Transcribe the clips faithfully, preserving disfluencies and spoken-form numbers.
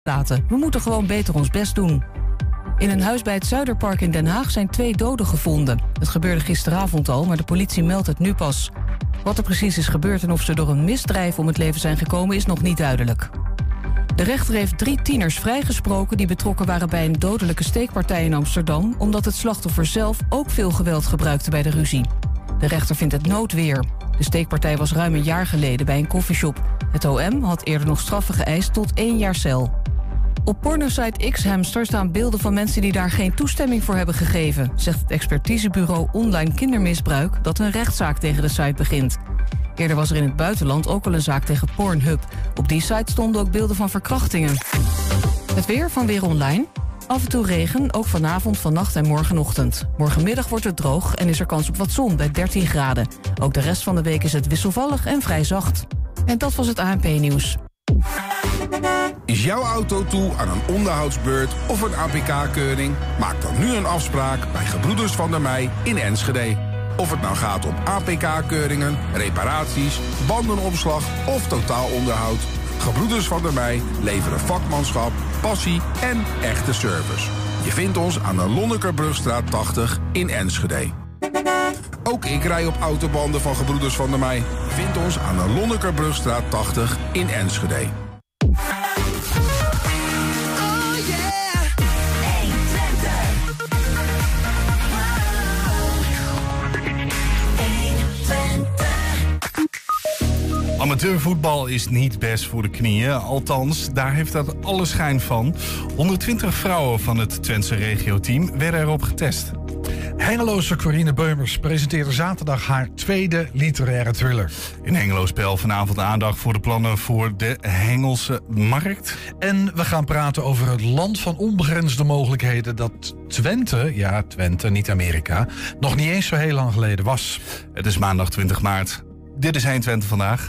laten. We moeten gewoon beter ons best doen. In een huis bij het Zuiderpark in Den Haag zijn twee doden gevonden. Het gebeurde gisteravond al, maar de politie meldt het nu pas. Wat er precies is gebeurd en of ze door een misdrijf om het leven zijn gekomen is nog niet duidelijk. De rechter heeft drie tieners vrijgesproken die betrokken waren bij een dodelijke steekpartij in Amsterdam, omdat het slachtoffer zelf ook veel geweld gebruikte bij de ruzie. De rechter vindt het noodweer. De steekpartij was ruim een jaar geleden bij een koffieshop. Het O M had eerder nog straffen geëist tot één jaar cel. Op pornosite X-Hamster staan beelden van mensen die daar geen toestemming voor hebben gegeven, zegt het expertisebureau Online Kindermisbruik dat een rechtszaak tegen de site begint. Eerder was er in het buitenland ook al een zaak tegen Pornhub. Op die site stonden ook beelden van verkrachtingen. Het weer van Weer Online. Af en toe regen, ook vanavond, vannacht en morgenochtend. Morgenmiddag wordt het droog en is er kans op wat zon bij dertien graden. Ook de rest van de week is het wisselvallig en vrij zacht. En dat was het A N P-nieuws. Is jouw auto toe aan een onderhoudsbeurt of een A P K-keuring? Maak dan nu een afspraak bij Gebroeders van der Meij in Enschede. Of het nou gaat om A P K-keuringen, reparaties, bandenopslag of totaalonderhoud. Gebroeders van der Meij leveren vakmanschap, passie en echte service. Je vindt ons aan de Lonnekerbrugstraat tachtig in Enschede. Ook ik rij op autobanden van Gebroeders van der Meij. Vind ons aan de Lonnekerbrugstraat tachtig in Enschede. Amateurvoetbal is niet best voor de knieën. Althans, daar heeft dat alle schijn van. honderdtwintig vrouwen van het Twentse regioteam werden erop getest. Hengeloze Corine Beumers presenteerde zaterdag haar tweede literaire thriller. In Hengelo Spel vanavond aandacht voor de plannen voor de Hengelse markt. En we gaan praten over het land van onbegrensde mogelijkheden dat Twente, ja Twente, niet Amerika, nog niet eens zo heel lang geleden was. Het is maandag twintig maart. Dit is honderdtwintig vandaag.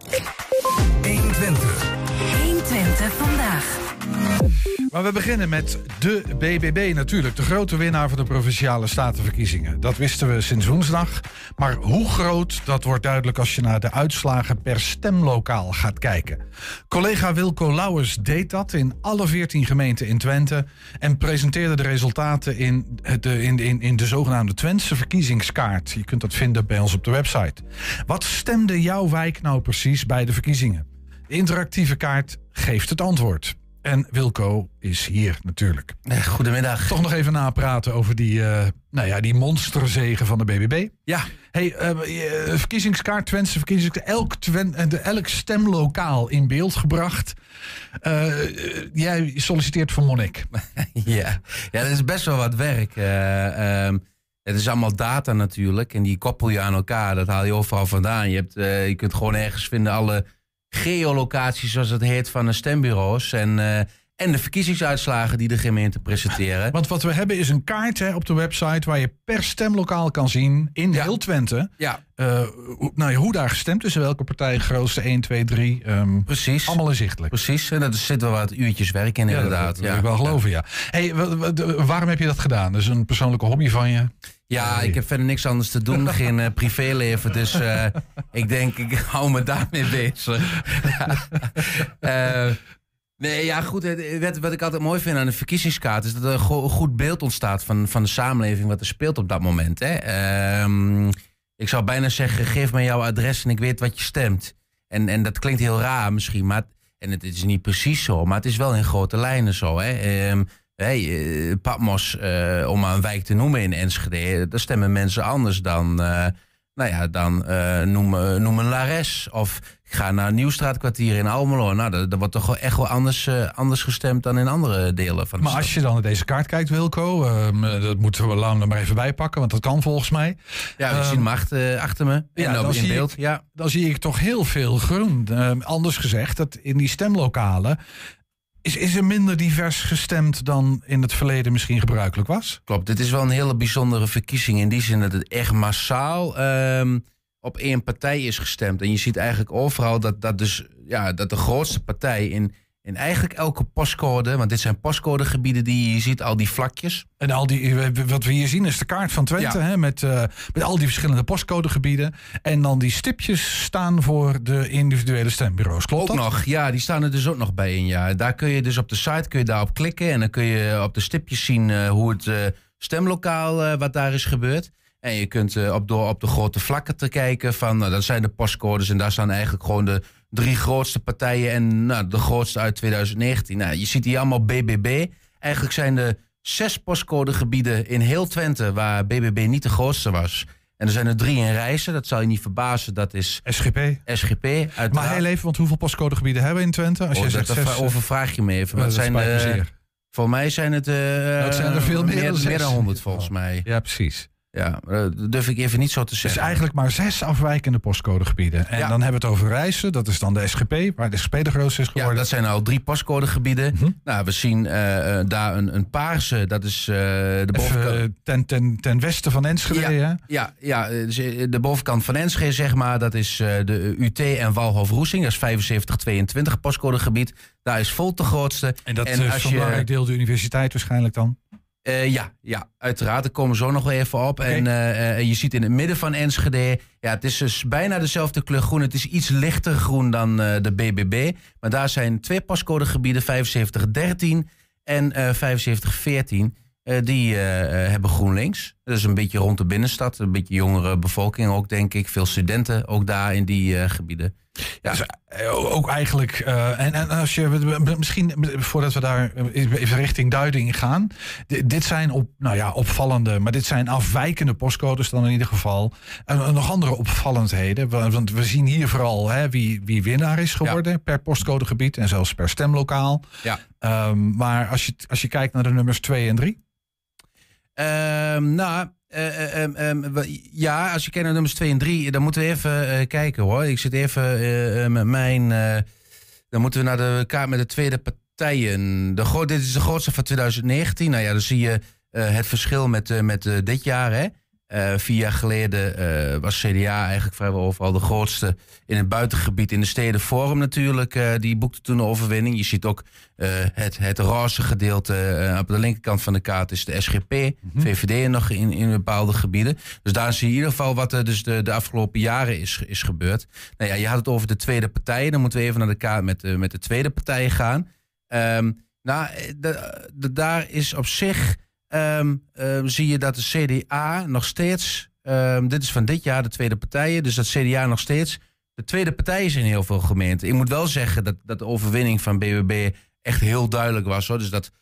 honderdtwintig. honderdtwintig vandaag. Maar we beginnen met de B B B natuurlijk. De grote winnaar van de Provinciale Statenverkiezingen. Dat wisten we sinds woensdag. Maar hoe groot, dat wordt duidelijk als je naar de uitslagen per stemlokaal gaat kijken. Collega Wilco Lauwers deed dat in alle veertien gemeenten in Twente. En presenteerde de resultaten in de, in, in, in de zogenaamde Twentse verkiezingskaart. Je kunt dat vinden bij ons op de website. Wat stemde jouw wijk nou precies bij de verkiezingen? De interactieve kaart geeft het antwoord. En Wilco is hier natuurlijk. Goedemiddag. Toch nog even napraten over die, uh, nou ja, die monsterzege van de B B B. Ja. Hey, uh, verkiezingskaart, Twentse verkiezingskaart. Elk, Twen, de, elk stemlokaal in beeld gebracht. Uh, jij solliciteert voor Monnik. ja. ja, dat is best wel wat werk. Uh, um, het is allemaal data natuurlijk. En die koppel je aan elkaar. Dat haal je overal vandaan. Je, hebt, uh, je kunt gewoon ergens vinden alle geolocaties, zoals het heet, van de stembureaus. En, uh, en de verkiezingsuitslagen die de gemeente presenteren. Want wat we hebben is een kaart hè, op de website waar je per stemlokaal kan zien in ja. heel Twente. Ja. Uh, nou ja, hoe daar gestemd is, welke partij grootste, één, twee, drie. Um, Precies. Allemaal inzichtelijk. Precies, en dat zit wel wat uurtjes werk in, inderdaad. Ja, dat, dat ja. wil ik wel geloven, ja. Hey, w- w- waarom heb je dat gedaan? Dat is een persoonlijke hobby van je? Ja, hey. ik heb verder niks anders te doen, geen uh, privéleven. Dus uh, ik denk, ik hou me daarmee bezig. uh, nee, ja goed, het, wat ik altijd mooi vind aan de verkiezingskaart is dat er een goed beeld ontstaat van, van de samenleving, wat er speelt op dat moment. Hè. Um, ik zou bijna zeggen, geef me jouw adres en ik weet wat je stemt. En, en dat klinkt heel raar misschien, maar en het is niet precies zo, maar het is wel in grote lijnen zo. Hè. Um, Hey, uh, Patmos, uh, om maar een wijk te noemen in Enschede, daar stemmen mensen anders dan, uh, nou ja, dan uh, noem, uh, noem een Lares. Of ik ga naar een Nieuwstraatkwartier in Almelo. Nou, dat, dat wordt toch wel echt wel anders, uh, anders gestemd dan in andere delen van de Maar stad. als je dan naar deze kaart kijkt, Wilco, uh, dat moeten we lang er maar even bijpakken, want dat kan volgens mij. Ja, we um, zien hem achter, uh, achter me ja, in, dan in zie beeld. Ik, ja. Dan zie ik toch heel veel groen. Uh, anders gezegd, dat in die stemlokalen Is, is er minder divers gestemd dan in het verleden misschien gebruikelijk was? Klopt, dit is wel een hele bijzondere verkiezing. In die zin dat het echt massaal um, op één partij is gestemd. En je ziet eigenlijk overal dat, dat, dus, ja, dat de grootste partij in, in eigenlijk elke postcode, want dit zijn postcodegebieden die je hier ziet, al die vlakjes. En al die, wat we hier zien is de kaart van Twente, Ja. hè, met, uh, met al die verschillende postcodegebieden. En dan die stipjes staan voor de individuele stembureaus. Klopt Ook dat? nog, ja, die staan er dus ook nog bij in. Ja. Daar kun je dus op de site kun je daarop klikken en dan kun je op de stipjes zien uh, hoe het uh, stemlokaal, uh, wat daar is gebeurd. En je kunt uh, op, door op de grote vlakken te kijken van, nou, dat zijn de postcodes en daar staan eigenlijk gewoon de drie grootste partijen en nou, de grootste uit twintig negentien. Nou, je ziet hier allemaal B B B. Eigenlijk zijn er zes postcodegebieden in heel Twente waar B B B niet de grootste was. En er zijn er drie in Rijssen, dat zal je niet verbazen, dat is S G P. S G P. Uiteraard. Maar heel even, want hoeveel postcodegebieden hebben we in Twente? Als Oh, je dat zegt zes, overvraag je me even. uh, Wat zijn dat spijt me de, zeer. voor mij zijn het, uh, Dat zijn er veel meer meer, dan zes. meer dan honderd volgens Oh. mij. Ja, precies. Ja, dat durf ik even niet zo te Dus zeggen. eigenlijk maar zes afwijkende postcodegebieden. En Ja. dan hebben we het over Rijssen, dat is dan de S G P, waar de S G P de grootste is Ja, geworden. dat zijn al drie postcodegebieden. Mhm. Nou, we zien uh, uh, daar een, een paarse, dat is uh, de bovenkant. Even ten, ten, ten westen van Enschede, Ja. hè? Ja, ja, dus de bovenkant van Enschede, zeg maar, dat is uh, de U T en Walhof-Roesing. Dat is vijfenzeventig tweeëntwintig postcodegebied. Daar is Volt de grootste. En dat En is als van je- belangrijk deel de universiteit waarschijnlijk dan. Uh, ja, ja, uiteraard. Daar komen we zo nog wel even op. Okay. En uh, uh, je ziet in het midden van Enschede, ja, het is dus bijna dezelfde kleur groen. Het is iets lichter groen dan uh, de B B B. Maar daar zijn twee postcodegebieden, vijfenzeventig dertien en uh, vijfenzeventig veertien. Uh, die uh, uh, hebben GroenLinks. Dat is een beetje rond de binnenstad. Een beetje jongere bevolking ook, denk ik. Veel studenten ook daar in die uh, gebieden. Ja, dus, uh, ook eigenlijk. Uh, en, en als je misschien, voordat we daar even richting duiding gaan. D- dit zijn op, nou ja, opvallende, maar dit zijn afwijkende postcodes dan in ieder geval. En, en nog andere opvallendheden. Want we zien hier vooral hè, wie, wie winnaar is geworden, ja, per postcodegebied en zelfs per stemlokaal. Ja. Um, maar als je, als je kijkt naar de nummers twee en drie. Um, nou, uh, um, um, ja, als je kijkt naar nummers twee en drie, dan moeten we even uh, kijken hoor. Ik zit even uh, met mijn. Uh, dan moeten we naar de kaart met de tweede partijen. De gro- dit is de grootste van twintig negentien. Nou ja, dan zie je uh, het verschil met, uh, met uh, dit jaar. Hè. Uh, vier jaar geleden uh, was C D A eigenlijk vrijwel overal de grootste in het buitengebied. In de steden Forum natuurlijk. Uh, die boekte toen een overwinning. Je ziet ook uh, het, het roze gedeelte uh, op de linkerkant van de kaart is de S G P. Mm-hmm. V V D nog in, in bepaalde gebieden. Dus daar zie je in ieder geval wat er dus de, de afgelopen jaren is, is gebeurd. Nou ja, je had het over de tweede partijen. Dan moeten we even naar de kaart met, uh, met de tweede partijen gaan. Um, nou, de, de, daar is op zich... Um, um, zie je dat de C D A nog steeds, um, dit is van dit jaar de tweede partijen, dus dat C D A nog steeds de tweede partij is in heel veel gemeenten. Ik moet wel zeggen dat, dat de overwinning van B B B echt heel duidelijk was, hoor. Dus dat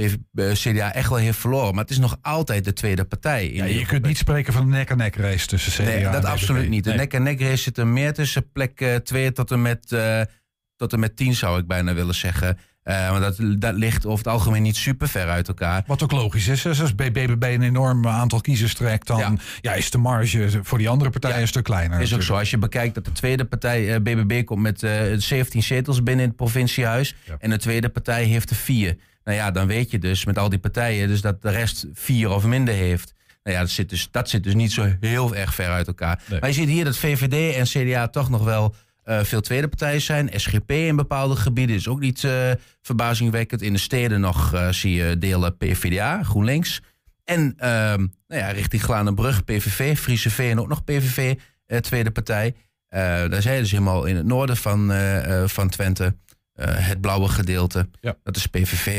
C D A echt wel heeft verloren. Maar het is nog altijd de tweede partij. In ja, je kunt niet spreken van een nek-en-nek race tussen C D A nee, en dat B B B. absoluut niet. De Nee. nek-en-nek race zit er meer tussen plek twee tot en met, uh, tot en met tien, zou ik bijna willen zeggen. Uh, want dat, dat ligt over het algemeen niet super ver uit elkaar. Wat ook logisch is. Dus als B B B een enorm aantal kiezers trekt, dan ja. Ja, is de marge voor die andere partijen ja. een stuk kleiner. Is natuurlijk. Ook zo. Als je bekijkt dat de tweede partij, uh, B B B, komt met uh, zeventien zetels binnen in het provinciehuis. Ja. En de tweede partij heeft er vier. Nou ja, dan weet je dus met al die partijen dus dat de rest vier of minder heeft. Nou ja, dat zit dus, dat zit dus niet zo heel erg ver uit elkaar. Nee. Maar je ziet hier dat V V D en C D A toch nog wel... Uh, veel tweede partijen zijn. S G P in bepaalde gebieden is ook niet uh, verbazingwekkend. In de steden nog uh, zie je delen P V D A, GroenLinks. En uh, nou ja, richting Glanenbrug, P V V, Friese V en ook nog P V V, uh, tweede partij. Uh, daar zijn dus helemaal in het noorden van, uh, uh, van Twente. Uh, het blauwe gedeelte, ja. Dat is P V V.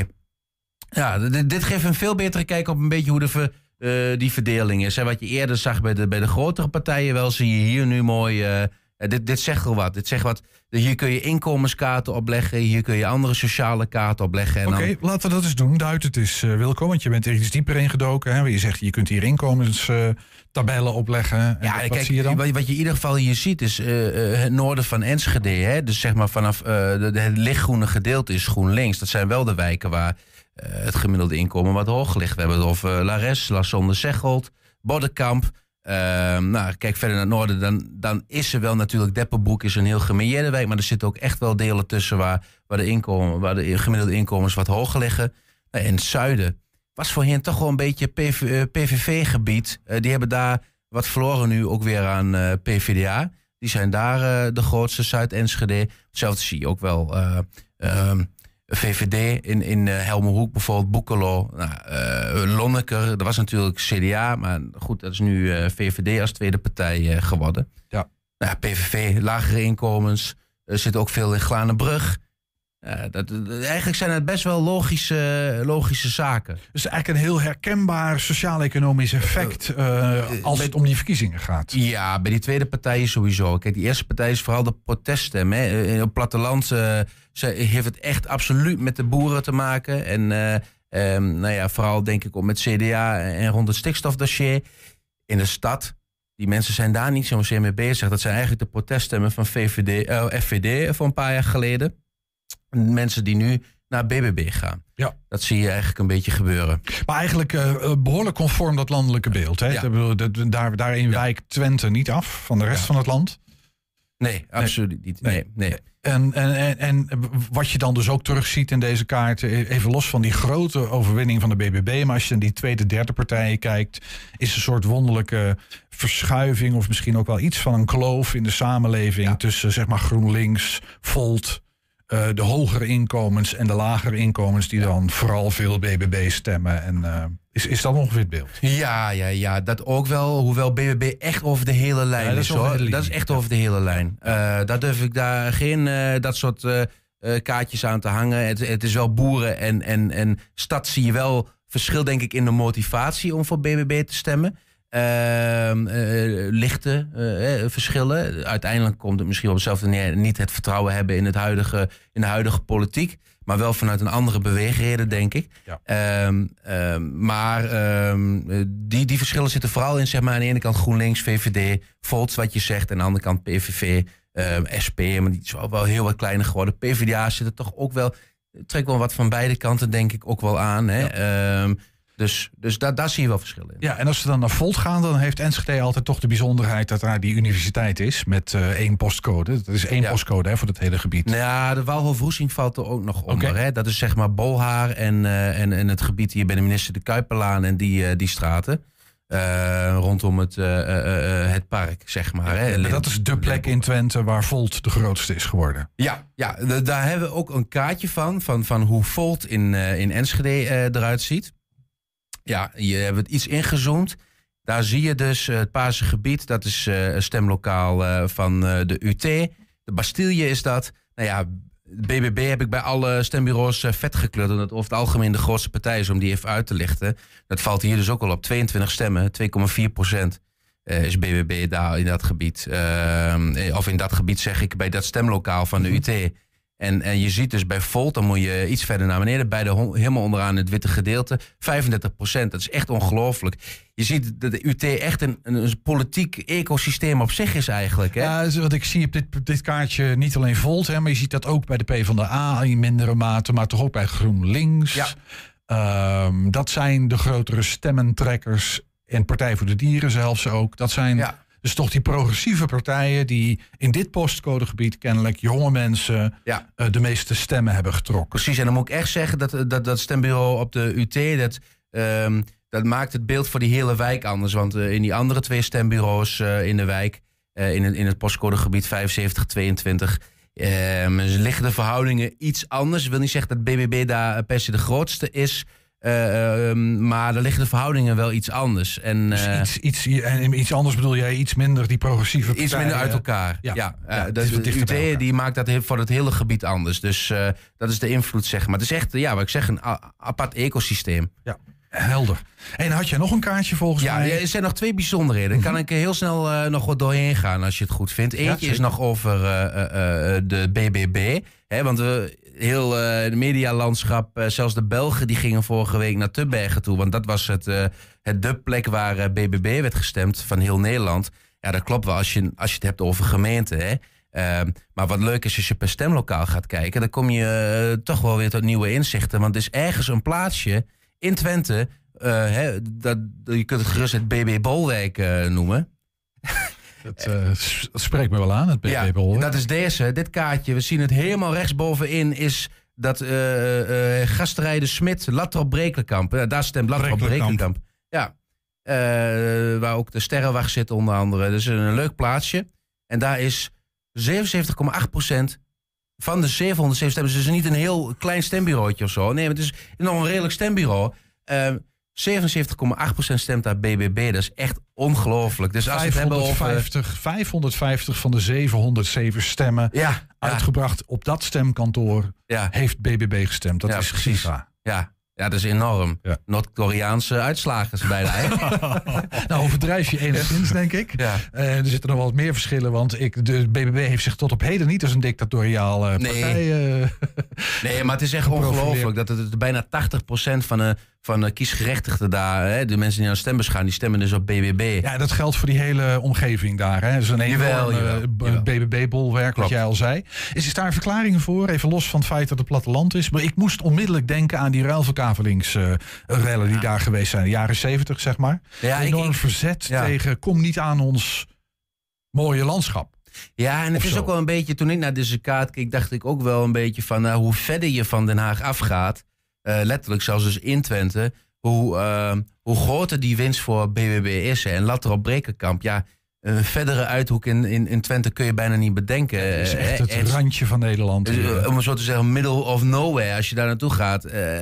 Ja, d- dit geeft een veel betere kijk op een beetje hoe de ver, uh, die verdeling is. En wat je eerder zag bij de, bij de grotere partijen wel, zie je hier nu mooi... Uh, Uh, dit, dit zegt wel wat. Dit zegt wat. Hier kun je inkomenskaarten opleggen. Hier kun je andere sociale kaarten opleggen. Oké, okay, dan... laten we dat eens doen. Duid het is uh, Wilco, want je bent er iets dieper ingedoken. Hè? Je zegt, je kunt hier inkomenstabellen uh, opleggen. En ja, wat, kijk, wat zie je dan? Wat, wat je in ieder geval hier ziet is uh, uh, het noorden van Enschede. Hè? Dus zeg maar vanaf uh, de, de, het lichtgroene gedeelte is GroenLinks. Dat zijn wel de wijken waar uh, het gemiddelde inkomen wat hoog ligt. We hebben het over Lares, La Sonde-Zeggold, Boddenkamp. Uh, nou, kijk verder naar het noorden, dan, dan is er wel natuurlijk... Deppenbroek is een heel gemeilleerde wijk... maar er zitten ook echt wel delen tussen... waar, waar, de, inkomen, waar de gemiddelde inkomens wat hoger liggen. Uh, in het zuiden was voorheen toch wel een beetje P V V-gebied. Uh, die hebben daar wat verloren nu ook weer aan uh, P V D A. Die zijn daar uh, de grootste, Zuid-Enschede. Hetzelfde zie je ook wel... Uh, uh, V V D in, in uh, Helmerhoek bijvoorbeeld, Boekelo, nou, uh, Lonneker, dat was natuurlijk C D A, maar goed, dat is nu uh, V V D als tweede partij uh, geworden. Ja. Nou, P V V, lagere inkomens, er zit ook veel in Glanenbrug. Uh, dat, eigenlijk zijn het best wel logische, logische zaken. Dus eigenlijk een heel herkenbaar sociaal-economisch effect uh, als het om die verkiezingen gaat. Ja, bij die tweede partijen sowieso. Kijk, die eerste partij is vooral de proteststem. Hè. In het platteland uh, heeft het echt absoluut met de boeren te maken. En uh, um, nou ja, vooral denk ik ook met C D A en rond het stikstofdossier. In de stad, die mensen zijn daar niet zozeer mee bezig. Dat zijn eigenlijk de proteststemmen van V V D, uh, F V D voor een paar jaar geleden. Mensen die nu naar B B B gaan. Ja. Dat zie je eigenlijk een beetje gebeuren. Maar eigenlijk uh, behoorlijk conform dat landelijke beeld. Hè? Ja. Dat, dat, daar, daarin ja. wijkt Twente niet af van de rest Ja. van het land. Nee, absoluut niet. Nee, nee. nee. En, en, en, en wat je dan dus ook terugziet in deze kaart, even los van die grote overwinning van de B B B, maar als je naar die tweede, derde partijen kijkt, is een soort wonderlijke verschuiving of misschien ook wel iets van een kloof in de samenleving Ja. tussen zeg maar GroenLinks, Volt, uh, de hogere inkomens en de lagere inkomens die dan vooral veel B B B stemmen. En uh, is, is dat ongeveer het beeld? Ja, ja, ja, dat ook wel. Hoewel B B B echt over de hele lijn Ja, dat is, is over hoor. de linie. Dat is echt over de hele lijn. Uh, daar durf ik daar geen uh, dat soort uh, uh, kaartjes aan te hangen. Het, het is wel boeren en, en, en stad zie je wel verschil, denk ik, in de motivatie om voor B B B te stemmen. Uh, uh, lichte uh, verschillen. Uiteindelijk komt het misschien op hetzelfde neer. Niet het vertrouwen hebben in, het huidige, in de huidige politiek. Maar wel vanuit een andere beweegreden, denk ik. Ja. Um, um, maar um, die, die verschillen zitten vooral in, zeg maar, aan de ene kant GroenLinks, V V D, Volt, wat je zegt. En aan de andere kant P V V, um, S P. Maar die is wel, wel heel wat kleiner geworden. P V D A zit er toch ook wel, trekt wel wat van beide kanten, denk ik, ook wel aan. Hè? Ja. Um, Dus, dus da- daar zie je wel verschillen in. Ja, en als we dan naar Volt gaan, dan heeft Enschede altijd toch de bijzonderheid dat daar die universiteit is met uh, één postcode. Dat is één ja. postcode hè, voor het hele gebied. Nou ja, de Walhof-Roesing valt er ook nog onder. Okay. Hè? Dat is zeg maar Bolhaar en, uh, en, en het gebied hier bij de minister de Kuiperlaan en die, uh, die straten. Uh, rondom het, uh, uh, uh, het park, zeg maar. Hè? Ja, dat is de plek in Twente waar Volt de grootste is geworden. Ja, ja d- daar hebben we ook een kaartje van, van, van hoe Volt in, uh, in Enschede uh, eruit ziet. Ja, je hebt het iets ingezoomd. Daar zie je dus uh, het Paarse gebied. Dat is uh, een stemlokaal uh, van uh, de U T. De Bastille is dat. Nou ja, B B B heb ik bij alle stembureaus uh, vet gekleurd. Omdat het over het algemeen de grootste partij is, om die even uit te lichten. Dat valt hier dus ook al op. tweeëntwintig stemmen, twee komma vier procent uh, is B B B daar in dat gebied. Uh, of in dat gebied zeg ik, bij dat stemlokaal van de U T. En, en je ziet dus bij Volt, dan moet je iets verder naar beneden, bij de helemaal onderaan het witte gedeelte, vijfendertig procent. Dat is echt ongelooflijk. Je ziet dat de U T echt een, een, een politiek ecosysteem op zich is eigenlijk. Hè? Ja, wat ik zie op dit, dit kaartje niet alleen Volt, hè, maar je ziet dat ook bij de PvdA in mindere mate, maar toch ook bij GroenLinks. Ja. Um, dat zijn de grotere stemmentrekkers en Partij voor de Dieren zelfs ook. Dat zijn... Ja. Dus toch die progressieve partijen die in dit postcodegebied kennelijk jonge mensen ja. uh, de meeste stemmen hebben getrokken. Precies, en dan moet ik echt zeggen dat dat, dat stembureau op de U T, dat, um, dat maakt het beeld voor die hele wijk anders. Want uh, in die andere twee stembureaus uh, in de wijk, uh, in, het, in het postcodegebied vijfenzeventig tweeëntwintig, uh, liggen de verhoudingen iets anders. Ik wil niet zeggen dat B B B daar per se de grootste is. Uh, um, maar daar liggen de verhoudingen wel iets anders. En, uh, dus iets, iets, en iets anders bedoel jij iets minder die progressieve partijen? Iets minder uit elkaar. Ja, ja, ja, ja de, de U T die maakt dat voor het hele gebied anders. Dus uh, dat is de invloed, zeg maar. Het is echt, ja, wat ik zeg, een a- apart ecosysteem. Ja, helder. En had jij nog een kaartje volgens ja, mij? Ja, er zijn nog twee bijzonderen. Daar kan ik heel snel uh, nog wat doorheen gaan als je het goed vindt. Eentje ja, is nog over uh, uh, de B B B. Hè, want we... Heel uh, het medialandschap, uh, zelfs de Belgen die gingen vorige week naar Tubbergen toe. Want dat was het, uh, het de plek waar uh, B B B werd gestemd van heel Nederland. Ja, dat klopt wel als je, als je het hebt over gemeenten. Hè. Uh, maar wat leuk is als je per stemlokaal gaat kijken, dan kom je uh, toch wel weer tot nieuwe inzichten. Want er is ergens een plaatsje in Twente, uh, hè, dat, je kunt het gerust het B B Bolwijk uh, noemen. Dat, uh, dat spreekt me wel aan, het B B B. Ja, dat is deze, dit kaartje. We zien het helemaal rechtsbovenin is dat uh, uh, Gasterij de Smit, Latrop Brekelkamp. Uh, daar stemt Latrop Brekelkamp. Ja, uh, waar ook de Sterrenwacht zit onder andere. Dus een leuk plaatsje. En daar is zevenenzeventig komma acht procent van de zevenhonderdzeven stemmen, dus het is niet een heel klein stembureautje of zo. Nee, het is nog een redelijk stembureau. Uh, zevenenzeventig komma acht procent stemt daar B B B. Dat is echt ongelooflijk. Dus als we het hebben over vijfhonderdvijftig van de zevenhonderdzeven stemmen ja, uitgebracht ja. op dat stemkantoor ja. heeft B B B gestemd. Dat ja, is precies. giga. Ja. Ja, dat is enorm. Ja. Noord-Koreaanse uitslagen bijna. Nou, overdrijf je enigszins, denk ik. Ja. Uh, er zitten nog wel wat meer verschillen. Want ik, de B B B heeft zich tot op heden niet als een dictatoriaal uh, nee. partij... Uh, nee, maar het is echt ongelooflijk. Dat het, het bijna tachtig procent van de, van de kiesgerechtigden daar... Hè, de mensen die naar de stembus gaan, die stemmen dus op B B B. Ja, dat geldt voor die hele omgeving daar. Hè. Dat is een enorm uh, B B B-bolwerk, wat jij al zei. Is, is daar verklaringen voor? Even los van het feit dat het platteland is. Maar ik moest onmiddellijk denken aan die ruilverkavelingsrellen uh, die ja. daar geweest zijn. De jaren zeventig, zeg maar. Ja, enorm ik, ik, verzet ja. tegen kom niet aan ons mooie landschap. Ja, en het is zo. Ook wel een beetje... Toen ik naar deze kaart keek, dacht ik ook wel een beetje van... Uh, hoe verder je van Den Haag afgaat... Uh, letterlijk zelfs dus in Twente... Hoe, uh, hoe groter die winst voor B B B is. Hè. En later op Brekenkamp, ja... Een verdere uithoek in, in, in Twente kun je bijna niet bedenken. Het is echt het uh, randje van Nederland. Uh, om het zo te zeggen, middle of nowhere als je daar naartoe gaat. Uh,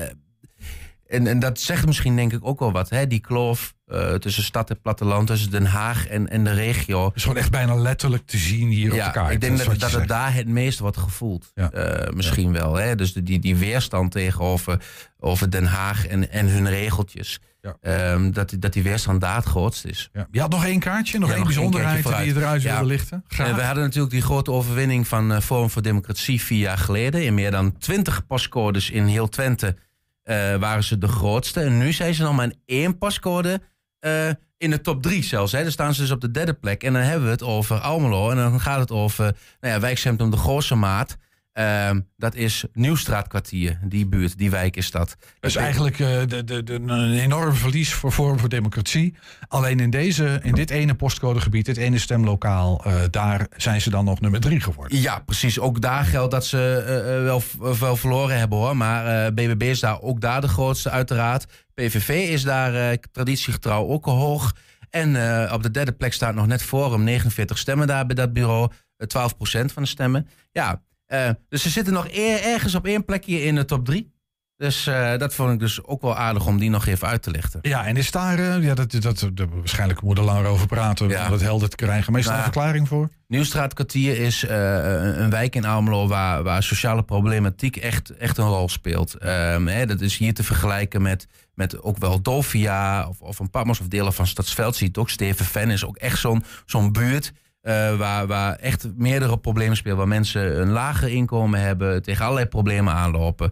en, en dat zegt misschien denk ik ook wel wat. Hè? Die kloof uh, tussen stad en platteland, tussen Den Haag en, en de regio. Het is gewoon echt bijna letterlijk te zien hier ja, op de kaart. Ik denk dat, dat, dat het daar het meest wordt gevoeld. Ja. Uh, misschien ja. wel. Hè? Dus de, die, die weerstand tegenover over Den Haag en, en hun regeltjes. Ja. Um, dat, dat die weerstand daar het grootst is. Ja. Je had nog één kaartje, nog ja, één nog bijzonderheid die je eruit ja. wilde lichten. Uh, we hadden natuurlijk die grote overwinning van uh, Forum voor Democratie vier jaar geleden. In meer dan twintig pascodes in heel Twente uh, waren ze de grootste. En nu zijn ze nog maar in één pascode uh, in de top drie zelfs. Hè. Dan staan ze dus op de derde plek. En dan hebben we het over Almelo. En dan gaat het over nou ja, wijkcentrum de Grootse Maat. Uh, dat is Nieuwstraatkwartier, die buurt, die wijk is dat. Dus eigenlijk uh, de, de, de, een enorm verlies voor Forum voor Democratie. Alleen in, deze, in dit ene postcodegebied, dit ene stemlokaal, uh, daar zijn ze dan nog nummer drie geworden. Ja, precies. Ook daar geldt dat ze uh, wel, wel verloren hebben hoor. Maar uh, B B B is daar ook daar de grootste uiteraard. P V V is daar uh, traditiegetrouw ook hoog. En uh, op de derde plek staat nog net Forum, negenenveertig stemmen daar bij dat bureau. Uh, twaalf procent van de stemmen. Ja. Uh, dus ze zitten nog eer, ergens op één plekje in de top drie. Dus uh, dat vond ik dus ook wel aardig om die nog even uit te lichten. Ja, en is daar, uh, ja, dat, dat, dat, dat waarschijnlijk moeten we langer over praten ja. om dat helder te krijgen. Maar is daar nou, een verklaring voor? Nieuwstraatkwartier is uh, een wijk in Almelo waar, waar sociale problematiek echt, echt een rol speelt. Um, hè, dat is hier te vergelijken met, met ook wel Dolfia of, of een Patmos of delen van Stadsveld. Zie je het ook. Steven Ven is ook echt zo'n, zo'n buurt. Uh, waar, waar echt meerdere problemen spelen. Waar mensen een lager inkomen hebben. Tegen allerlei problemen aanlopen.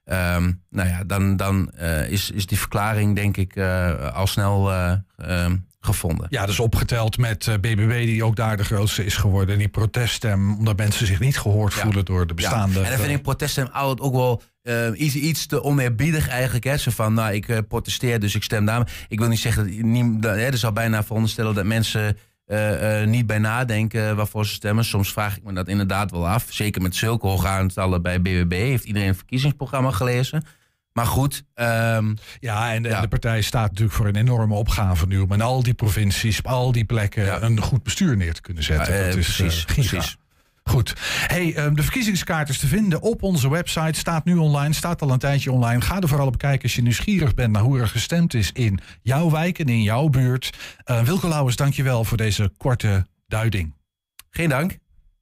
Um, nou ja, dan, dan uh, is, is die verklaring denk ik uh, al snel uh, um, gevonden. Ja, dus opgeteld met uh, B B B die ook daar de grootste is geworden. En die proteststem, omdat mensen zich niet gehoord ja. voelen door de bestaande... Ja. En dan vind ik proteststem oud ook wel uh, iets, iets te oneerbiedig eigenlijk. Hè. Zo van, nou, ik uh, protesteer, dus ik stem daar. Ik wil niet zeggen, dat, niet, dat, hè, er zou bijna veronderstellen dat mensen... Uh, uh, niet bij nadenken waarvoor ze stemmen. Soms vraag ik me dat inderdaad wel af. Zeker met zulke hoge aantallen bij B B B. Heeft iedereen een verkiezingsprogramma gelezen? Maar goed. Um, ja, en de, ja. de partij staat natuurlijk voor een enorme opgave nu... om in al die provincies, op al die plekken... Ja. een goed bestuur neer te kunnen zetten. Ja, uh, dat is precies, uh, precies. Goed. Hey, um, de verkiezingskaart is te vinden op onze website. Staat nu online, staat al een tijdje online. Ga er vooral op kijken als je nieuwsgierig bent naar hoe er gestemd is in jouw wijk en in jouw buurt. Uh, Wilco Lauwers, dank je wel voor deze korte duiding. Geen dank.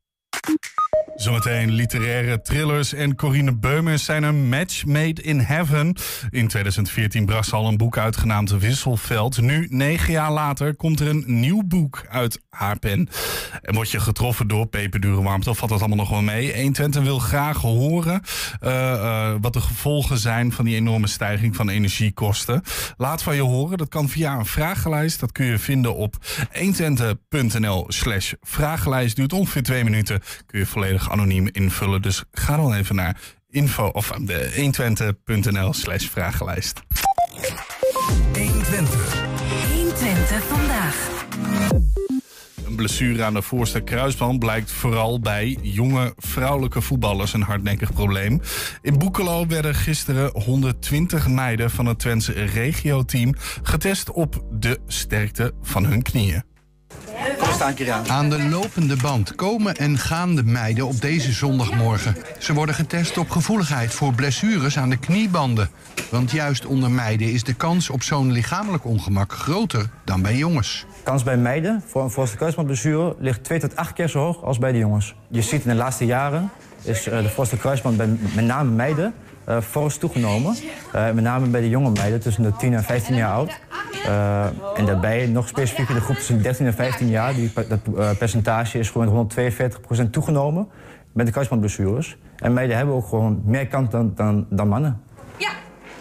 Zometeen literaire thrillers en Corine Beumers zijn een match made in heaven. In tweeduizend veertien bracht ze al een boek uit genaamd Wisselveld. Nu, negen jaar later, komt er een nieuw boek uit haar pen. En word je getroffen door peperdure warmte, of valt dat allemaal nog wel mee? honderdtwintig wil graag horen uh, uh, wat de gevolgen zijn van die enorme stijging van energiekosten. Laat van je horen, dat kan via een vragenlijst. Dat kun je vinden op honderdtwintig.nl slash vragenlijst. Duurt ongeveer twee minuten, kun je volledig anoniem invullen. Dus ga dan even naar info of de honderdtwintig.nl slash vragenlijst. honderdtwintig. honderdtwintig vandaag. Een blessure aan de voorste kruisband blijkt vooral bij jonge vrouwelijke voetballers een hardnekkig probleem. In Boekelo werden gisteren honderdtwintig meiden van het Twentse regioteam getest op de sterkte van hun knieën. Was sta een keer aan. Aan de lopende band komen en gaan de meiden op deze zondagmorgen. Ze worden getest op gevoeligheid voor blessures aan de kniebanden. Want juist onder meiden is de kans op zo'n lichamelijk ongemak groter dan bij jongens. De kans bij meiden voor een voorste kruisbandblessure ligt twee tot acht keer zo hoog als bij de jongens. Je ziet in de laatste jaren is de voorste kruisband bij met name meiden uh, fors toegenomen. Uh, met name bij de jonge meiden tussen de tien en vijftien jaar oud. Uh, en daarbij nog specifiek in de groep tussen dertien en vijftien jaar. Die, dat uh, percentage is gewoon honderdtweeënveertig procent toegenomen met de kruisbandblessures. En meiden hebben ook gewoon meer kans dan, dan, dan mannen. Ja.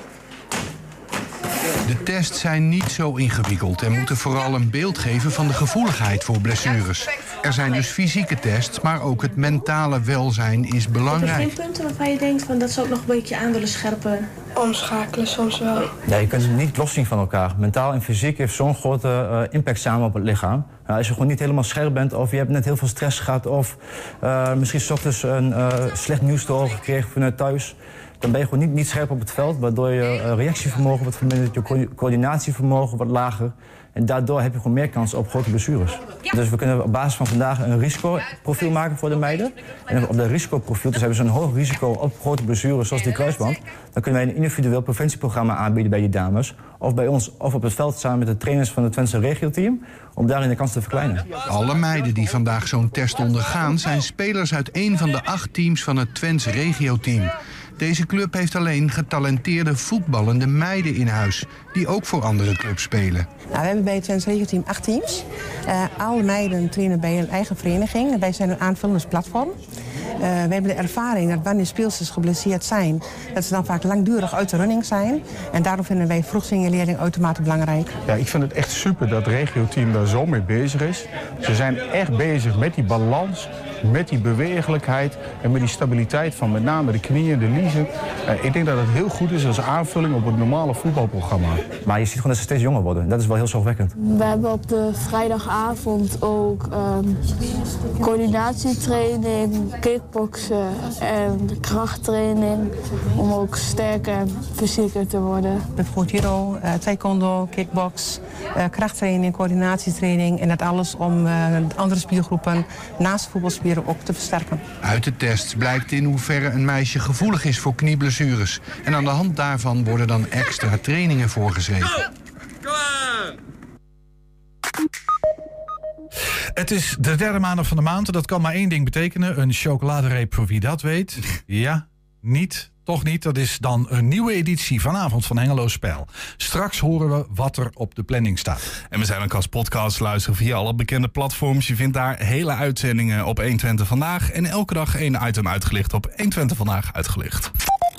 De tests zijn niet zo ingewikkeld en moeten vooral een beeld geven van de gevoeligheid voor blessures. Er zijn dus fysieke tests, maar ook het mentale welzijn is belangrijk. Heb je geen punten waarvan je denkt van dat zou ik nog een beetje aan willen scherpen? Omschakelen soms wel. Ja, je kunt het niet loszien van elkaar. Mentaal en fysiek heeft zo'n grote uh, impact samen op het lichaam. Uh, als je gewoon niet helemaal scherp bent of je hebt net heel veel stress gehad of uh, misschien 's ochtends een uh, slecht nieuws te horen gekregen vanuit thuis, dan ben je gewoon niet, niet scherp op het veld, waardoor je uh, reactievermogen wat vermindert, je co coördinatievermogen wat lager. En daardoor heb je gewoon meer kans op grote blessures. Ja. Dus we kunnen op basis van vandaag een risicoprofiel maken voor de meiden. En op dat risicoprofiel, dus hebben ze een hoog risico op grote blessures zoals die kruisband. Dan kunnen wij een individueel preventieprogramma aanbieden bij die dames. Of bij ons, of op het veld samen met de trainers van het Twentse regioteam. Om daarin de kans te verkleinen. Alle meiden die vandaag zo'n test ondergaan zijn spelers uit één van de acht teams van het Twentse regioteam. Deze club heeft alleen getalenteerde voetballende meiden in huis, die ook voor andere clubs spelen. Nou, we hebben bij het Twentse regioteam acht teams. Uh, alle meiden trainen bij een eigen vereniging. Wij zijn een aanvullend platform. Uh, we hebben de ervaring dat wanneer speelsters geblesseerd zijn, dat ze dan vaak langdurig uit de running zijn. En daarom vinden wij vroegsignalering uitermate belangrijk. Ja, ik vind het echt super dat het regioteam daar zo mee bezig is. Ze zijn echt bezig met die balans, met die bewegelijkheid en met die stabiliteit van met name de knieën, de liezen. Uh, ik denk dat het heel goed is als aanvulling op het normale voetbalprogramma. Maar je ziet gewoon dat ze steeds jonger worden. Dat is wel heel zorgwekkend. We hebben op de vrijdagavond ook um, coördinatietraining, kickboksen en krachttraining. Om ook sterker en fysieker te worden. Bijvoorbeeld judo, uh, taekwondo, kickbox, uh, krachttraining, coördinatietraining. En dat alles om uh, andere spiergroepen naast voetbalspieren ook te versterken. Uit de test blijkt in hoeverre een meisje gevoelig is voor knieblessures. En aan de hand daarvan worden dan extra trainingen voorgeschreven. Het is de derde maandag van de maand. Dat kan maar één ding betekenen. Een chocoladereep voor wie dat weet. Ja, niet, toch niet. Dat is dan een nieuwe editie vanavond van Hengelo Spel. Straks horen we wat er op de planning staat. En we zijn ook als podcast luisteren via alle bekende platforms. Je vindt daar hele uitzendingen op honderdtwintig Vandaag. En elke dag één item uitgelicht op honderdtwintig Vandaag uitgelicht.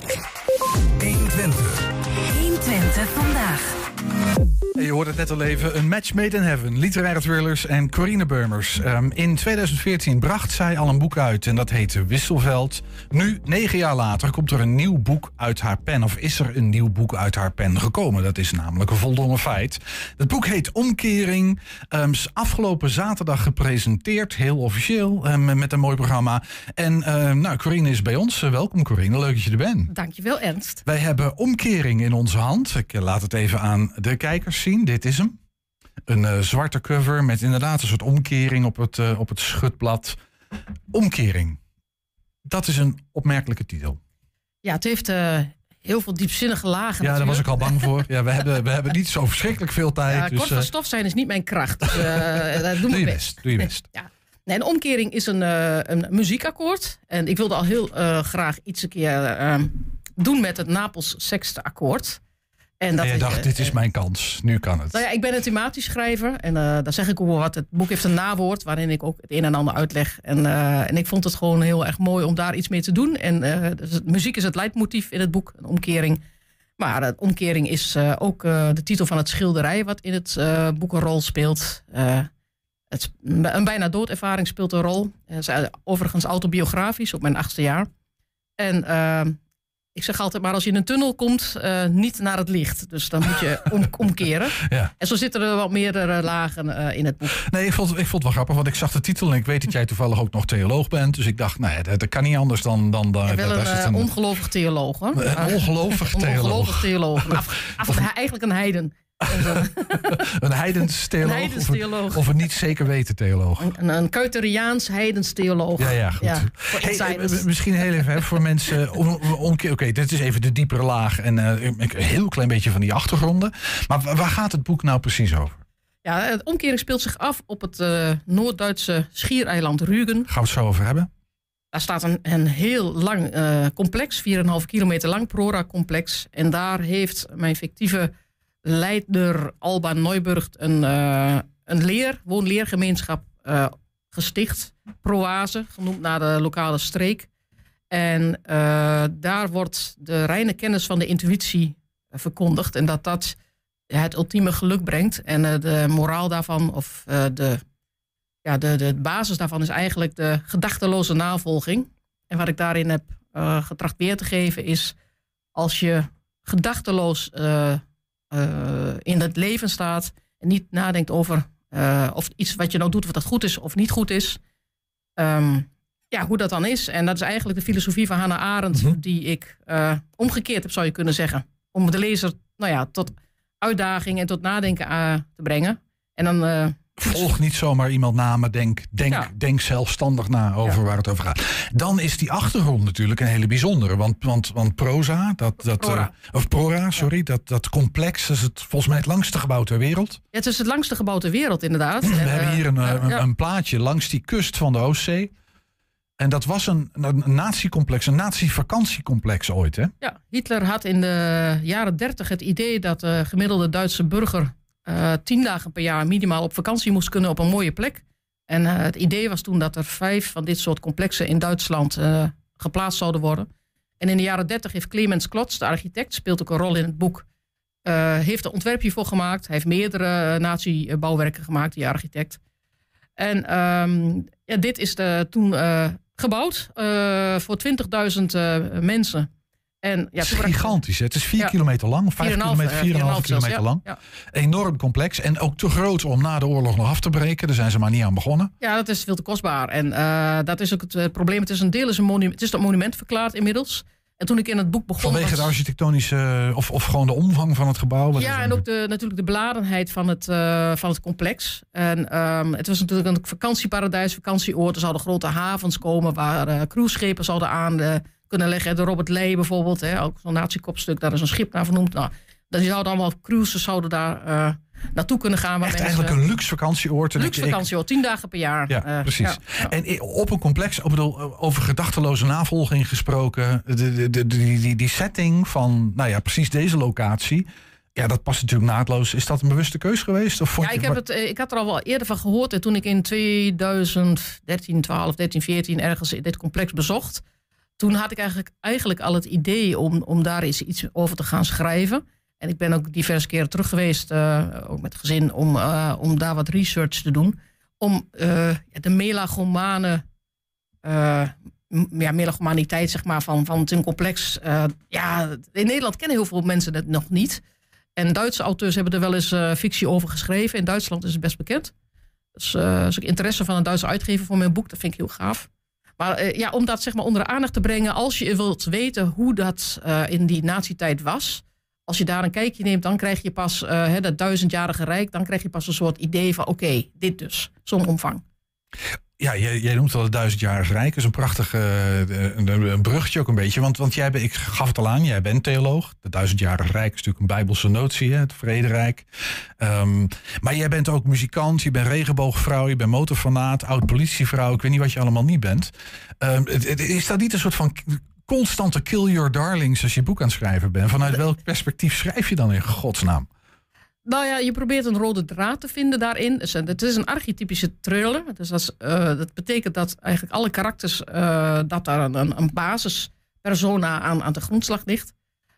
honderdtwintig. honderdtwintig Vandaag. Je hoorde het net al even, een match made in heaven. Literaire thrillers en Corine Beumers. Um, in tweeduizend veertien bracht zij al een boek uit en dat heette Wisselveld. Nu, negen jaar later, komt er een nieuw boek uit haar pen. Of is er een nieuw boek uit haar pen gekomen? Dat is namelijk een voldongen feit. Het boek heet Omkering. Um, afgelopen zaterdag gepresenteerd, heel officieel, um, met een mooi programma. En uh, nou, Corine is bij ons. Uh, welkom Corine, leuk dat je er bent. Dankjewel Ernst. Wij hebben Omkering in onze hand. Ik uh, laat het even aan de kijkers zien. Dit is hem. Een uh, zwarte cover met inderdaad een soort omkering op het, uh, op het schutblad. Omkering. Dat is een opmerkelijke titel. Ja, het heeft uh, heel veel diepzinnige lagen. Ja, natuurlijk. daar was ik al bang voor. Ja, we, hebben, we hebben niet zo verschrikkelijk veel tijd. Ja, dus, kort van uh, stof zijn is niet mijn kracht. Dus, uh, dat doe doe je best. best. Doe je best. Ja. Nee, een omkering is een, uh, een muziekakkoord. En ik wilde al heel uh, graag iets een keer uh, doen met het Napels Sexte akkoord. En, dat en je is, dacht, uh, dit is mijn kans. Nu kan het. Nou ja, ik ben een thematisch schrijver. En uh, daar zeg ik ook wel wat. Het boek heeft een nawoord waarin ik ook het een en ander uitleg. En, uh, en ik vond het gewoon heel erg mooi om daar iets mee te doen. En uh, dus muziek is het leidmotief in het boek, een omkering. Maar de omkering is uh, ook uh, de titel van het schilderij wat in het uh, boek een rol speelt. Uh, het, een bijna doodervaring speelt een rol. Het is uh, overigens autobiografisch op mijn achtste jaar. En uh, ik zeg altijd maar, als je in een tunnel komt, uh, niet naar het licht. Dus dan moet je om, omkeren. Ja. En zo zitten er wel meerdere lagen uh, in het boek. Nee, ik vond, ik vond het wel grappig, want ik zag de titel en ik weet dat jij toevallig ook nog theoloog bent. Dus ik dacht, nou ja, dat, dat kan niet anders dan... dan, dan ja, wel dat, een, dat een ongelovig theoloog. Hoor. Een ongelovig theoloog. Een ongelovig theoloog. Af, af, eigenlijk een heiden. Een heidens theoloog, Een heidens theoloog. Of, een, of een niet zeker weten theoloog. Een, een Kuiteriaans heidens theoloog. Ja, ja, goed. Ja, hey, uh, misschien heel even hè, voor mensen... Oké, okay, dit is even de diepere laag en uh, een heel klein beetje van die achtergronden. Maar waar gaat het boek nou precies over? Ja, het omkering speelt zich af op het uh, Noord-Duitse schiereiland Rügen. Gaan we het zo over hebben? Daar staat een, een heel lang uh, complex, vier komma vijf kilometer lang, Prora-complex. En daar heeft mijn fictieve leider Alba Neuburg een, uh, een leer, woon-leergemeenschap uh, gesticht. Proaze, genoemd naar de lokale streek. En uh, daar wordt de reine kennis van de intuïtie uh, verkondigd. En dat dat het ultieme geluk brengt. En uh, de moraal daarvan, of uh, de... Ja, de, de basis daarvan is eigenlijk de gedachteloze navolging. En wat ik daarin heb uh, getracht weer te geven is... als je gedachteloos uh, uh, in het leven staat... en niet nadenkt over uh, of iets wat je nou doet... of dat goed is of niet goed is... Um, ja, hoe dat dan is. En dat is eigenlijk de filosofie van Hannah Arendt... Mm-hmm. die ik uh, omgekeerd heb, zou je kunnen zeggen. Om de lezer nou ja, tot uitdaging en tot nadenken uh, te brengen. En dan... Uh, Volg niet zomaar iemand na, maar denk, denk, ja. denk zelfstandig na over ja. waar het over gaat. Dan is die achtergrond natuurlijk een hele bijzondere. Want, want, want proza, dat, dat, Prora. Uh, of Prora, sorry, ja. dat, dat complex, dat is het, volgens mij het langste gebouw ter wereld. Ja, het is het langste gebouw ter wereld, inderdaad. We en, hebben hier een, uh, een, ja. een plaatje langs die kust van de Oostzee. En dat was een, een natiecomplex, een nazi-vakantiecomplex ooit, hè? Ja, Hitler had in de jaren dertig het idee dat de gemiddelde Duitse burger... Uh, tien dagen per jaar minimaal op vakantie moest kunnen op een mooie plek. En uh, het idee was toen dat er vijf van dit soort complexen in Duitsland uh, geplaatst zouden worden. En in de jaren dertig heeft Clemens Klotz, de architect, speelt ook een rol in het boek, uh, heeft een ontwerpje voor gemaakt. Hij heeft meerdere uh, nazi-bouwwerken gemaakt, die architect. En um, ja, dit is de, toen uh, gebouwd uh, voor twintigduizend uh, mensen. En, ja, het is gigantisch. Hè? Het is vier ja. kilometer lang, of vijf kilometer, vier en een half kilometer ja. lang. Ja. Enorm complex en ook te groot om na de oorlog nog af te breken. Daar zijn ze maar niet aan begonnen. Ja, dat is veel te kostbaar. En uh, dat is ook het uh, probleem. Het is een deel is een monument. Het is dat monument verklaard inmiddels. En toen ik in het boek begon... Vanwege was... de architectonische, of, of gewoon de omvang van het gebouw? Ja, en ook de, natuurlijk de beladenheid van het, uh, van het complex. En um, het was natuurlijk een vakantieparadijs, vakantieoord. Er zouden grote havens komen waar uh, cruiseschepen zouden aan... Uh, kunnen leggen. De Robert Lee bijvoorbeeld, hè, ook zo'n nazi-kopstuk, daar is een schip naar vernoemd. Nou, die zouden allemaal cruises zouden daar uh, naartoe kunnen gaan. Waar Echt mensen, eigenlijk een luxe vakantieoord. Luxe vakantieoord, tien dagen per jaar. Ja, uh, precies. Ja, ja. En op een complex, ik bedoel, over gedachteloze navolging gesproken, de, de, de, die, die, die setting van, nou ja, precies deze locatie. Ja, dat past natuurlijk naadloos. Is dat een bewuste keus geweest? Of vond ja, je... ik, heb het, ik had er al wel eerder van gehoord. En toen ik in tweeduizend dertien, twaalf, dertien, veertien ergens dit complex bezocht, toen had ik eigenlijk, eigenlijk al het idee om, om daar eens iets over te gaan schrijven. En ik ben ook diverse keren terug geweest, uh, ook met het gezin, om, uh, om daar wat research te doen. Om uh, de melagomane, uh, ja, melagomaniteit zeg maar, van, van het complex. Uh, ja, in Nederland kennen heel veel mensen het nog niet. En Duitse auteurs hebben er wel eens uh, fictie over geschreven. In Duitsland is het best bekend. Dus uh, als ik interesse van een Duitse uitgever voor mijn boek, dat vind ik heel gaaf. Maar uh, ja, om dat zeg maar onder de aandacht te brengen, als je wilt weten hoe dat uh, in die nazi-tijd was, als je daar een kijkje neemt, dan krijg je pas uh, he, dat duizendjarige rijk, dan krijg je pas een soort idee van oké, okay, dit dus, zo'n omvang. Ja, jij, jij noemt wel het duizendjarig rijk. Dat is een prachtig uh, een, een bruggetje ook een beetje. Want, want jij bent, ik gaf het al aan, jij bent theoloog. Het duizendjarig rijk is natuurlijk een bijbelse notie, hè, het vrederijk. Um, maar jij bent ook muzikant, je bent regenboogvrouw, je bent motorfanaat, oud-politievrouw. Ik weet niet wat je allemaal niet bent. Um, is dat niet een soort van constante kill your darlings als je boek aan het schrijven bent? Vanuit welk perspectief schrijf je dan in godsnaam? Nou ja, je probeert een rode draad te vinden daarin. Het is een archetypische thriller. Dus dat, is, uh, dat betekent dat eigenlijk alle karakters, uh, dat daar een, een basispersona aan, aan de grondslag ligt.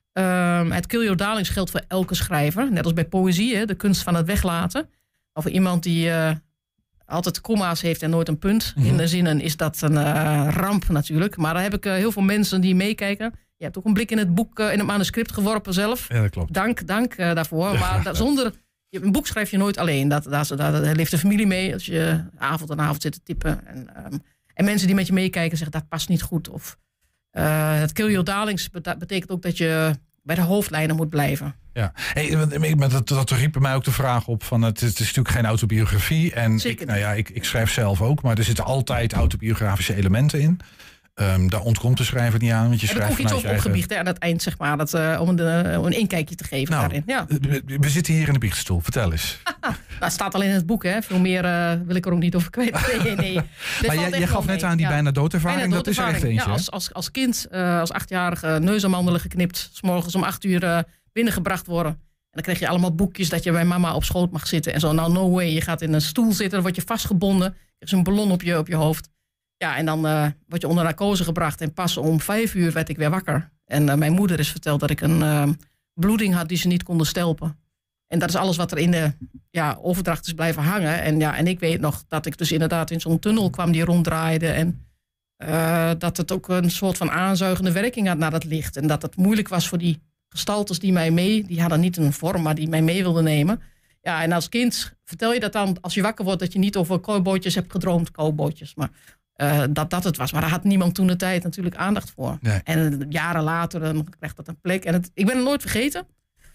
Uh, het kill your darlings geldt voor elke schrijver. Net als bij poëzie, hè, de kunst van het weglaten. Of iemand die uh, altijd komma's heeft en nooit een punt mm-hmm. in de zinnen, is dat een uh, ramp natuurlijk. Maar dan heb ik uh, heel veel mensen die meekijken. Je hebt ook een blik in het boek, uh, in het manuscript geworpen zelf. Ja, dat klopt. Dank, dank uh, daarvoor. Ja, maar da- zonder een boek schrijf je nooit alleen. Dat, daar, daar, daar leeft de familie mee als je avond aan avond zit te typen. En, um, en mensen die met je meekijken zeggen dat past niet goed. Of uh, het kill your darlings betekent ook dat je bij de hoofdlijnen moet blijven. Ja, hey, dat, dat riep bij mij ook de vraag op van het is, het is natuurlijk geen autobiografie. En ik, nou ja, ik, ik schrijf zelf ook, maar er zitten altijd autobiografische elementen in. Um, daar ontkomt de schrijver niet aan. Want je heb ik schrijft ook iets over eigen... opgebiecht aan het eind, zeg maar. Dat, uh, om, een, uh, om een inkijkje te geven nou, daarin. Ja. We, we zitten hier in de biechtstoel. Vertel eens. Dat staat al in het boek, hè. Veel meer uh, wil ik er ook niet over kwijt. Nee, nee. Maar jij, jij gaf net mee. aan die ja. bijna doodervaring. Bijna dat doodervaring. is er echt eentje. Ja, als, als, als kind, uh, als achtjarige, neus en mandelen geknipt. 's Morgens om acht uur uh, binnengebracht worden. En dan krijg je allemaal boekjes dat je bij mama op schoot mag zitten. En zo, nou no way, je gaat in een stoel zitten. Dan word je vastgebonden. Er is een ballon op je, op je hoofd. Ja, en dan uh, word je onder narcose gebracht. En pas om vijf uur werd ik weer wakker. En uh, mijn moeder is verteld dat ik een uh, bloeding had die ze niet konden stelpen. En dat is alles wat er in de ja, overdracht is blijven hangen. En, ja, en ik weet nog dat ik dus inderdaad in zo'n tunnel kwam die ronddraaide. En uh, dat het ook een soort van aanzuigende werking had naar dat licht. En dat het moeilijk was voor die gestaltes die mij mee... die hadden niet een vorm, maar die mij mee wilden nemen. Ja, en als kind vertel je dat dan als je wakker wordt... dat je niet over cowboytjes hebt gedroomd, cowboytjes, maar... Uh, dat dat het was. Maar daar had niemand toen de tijd natuurlijk aandacht voor. Nee. En uh, jaren later dan krijgt dat een plek. En het, ik ben het nooit vergeten.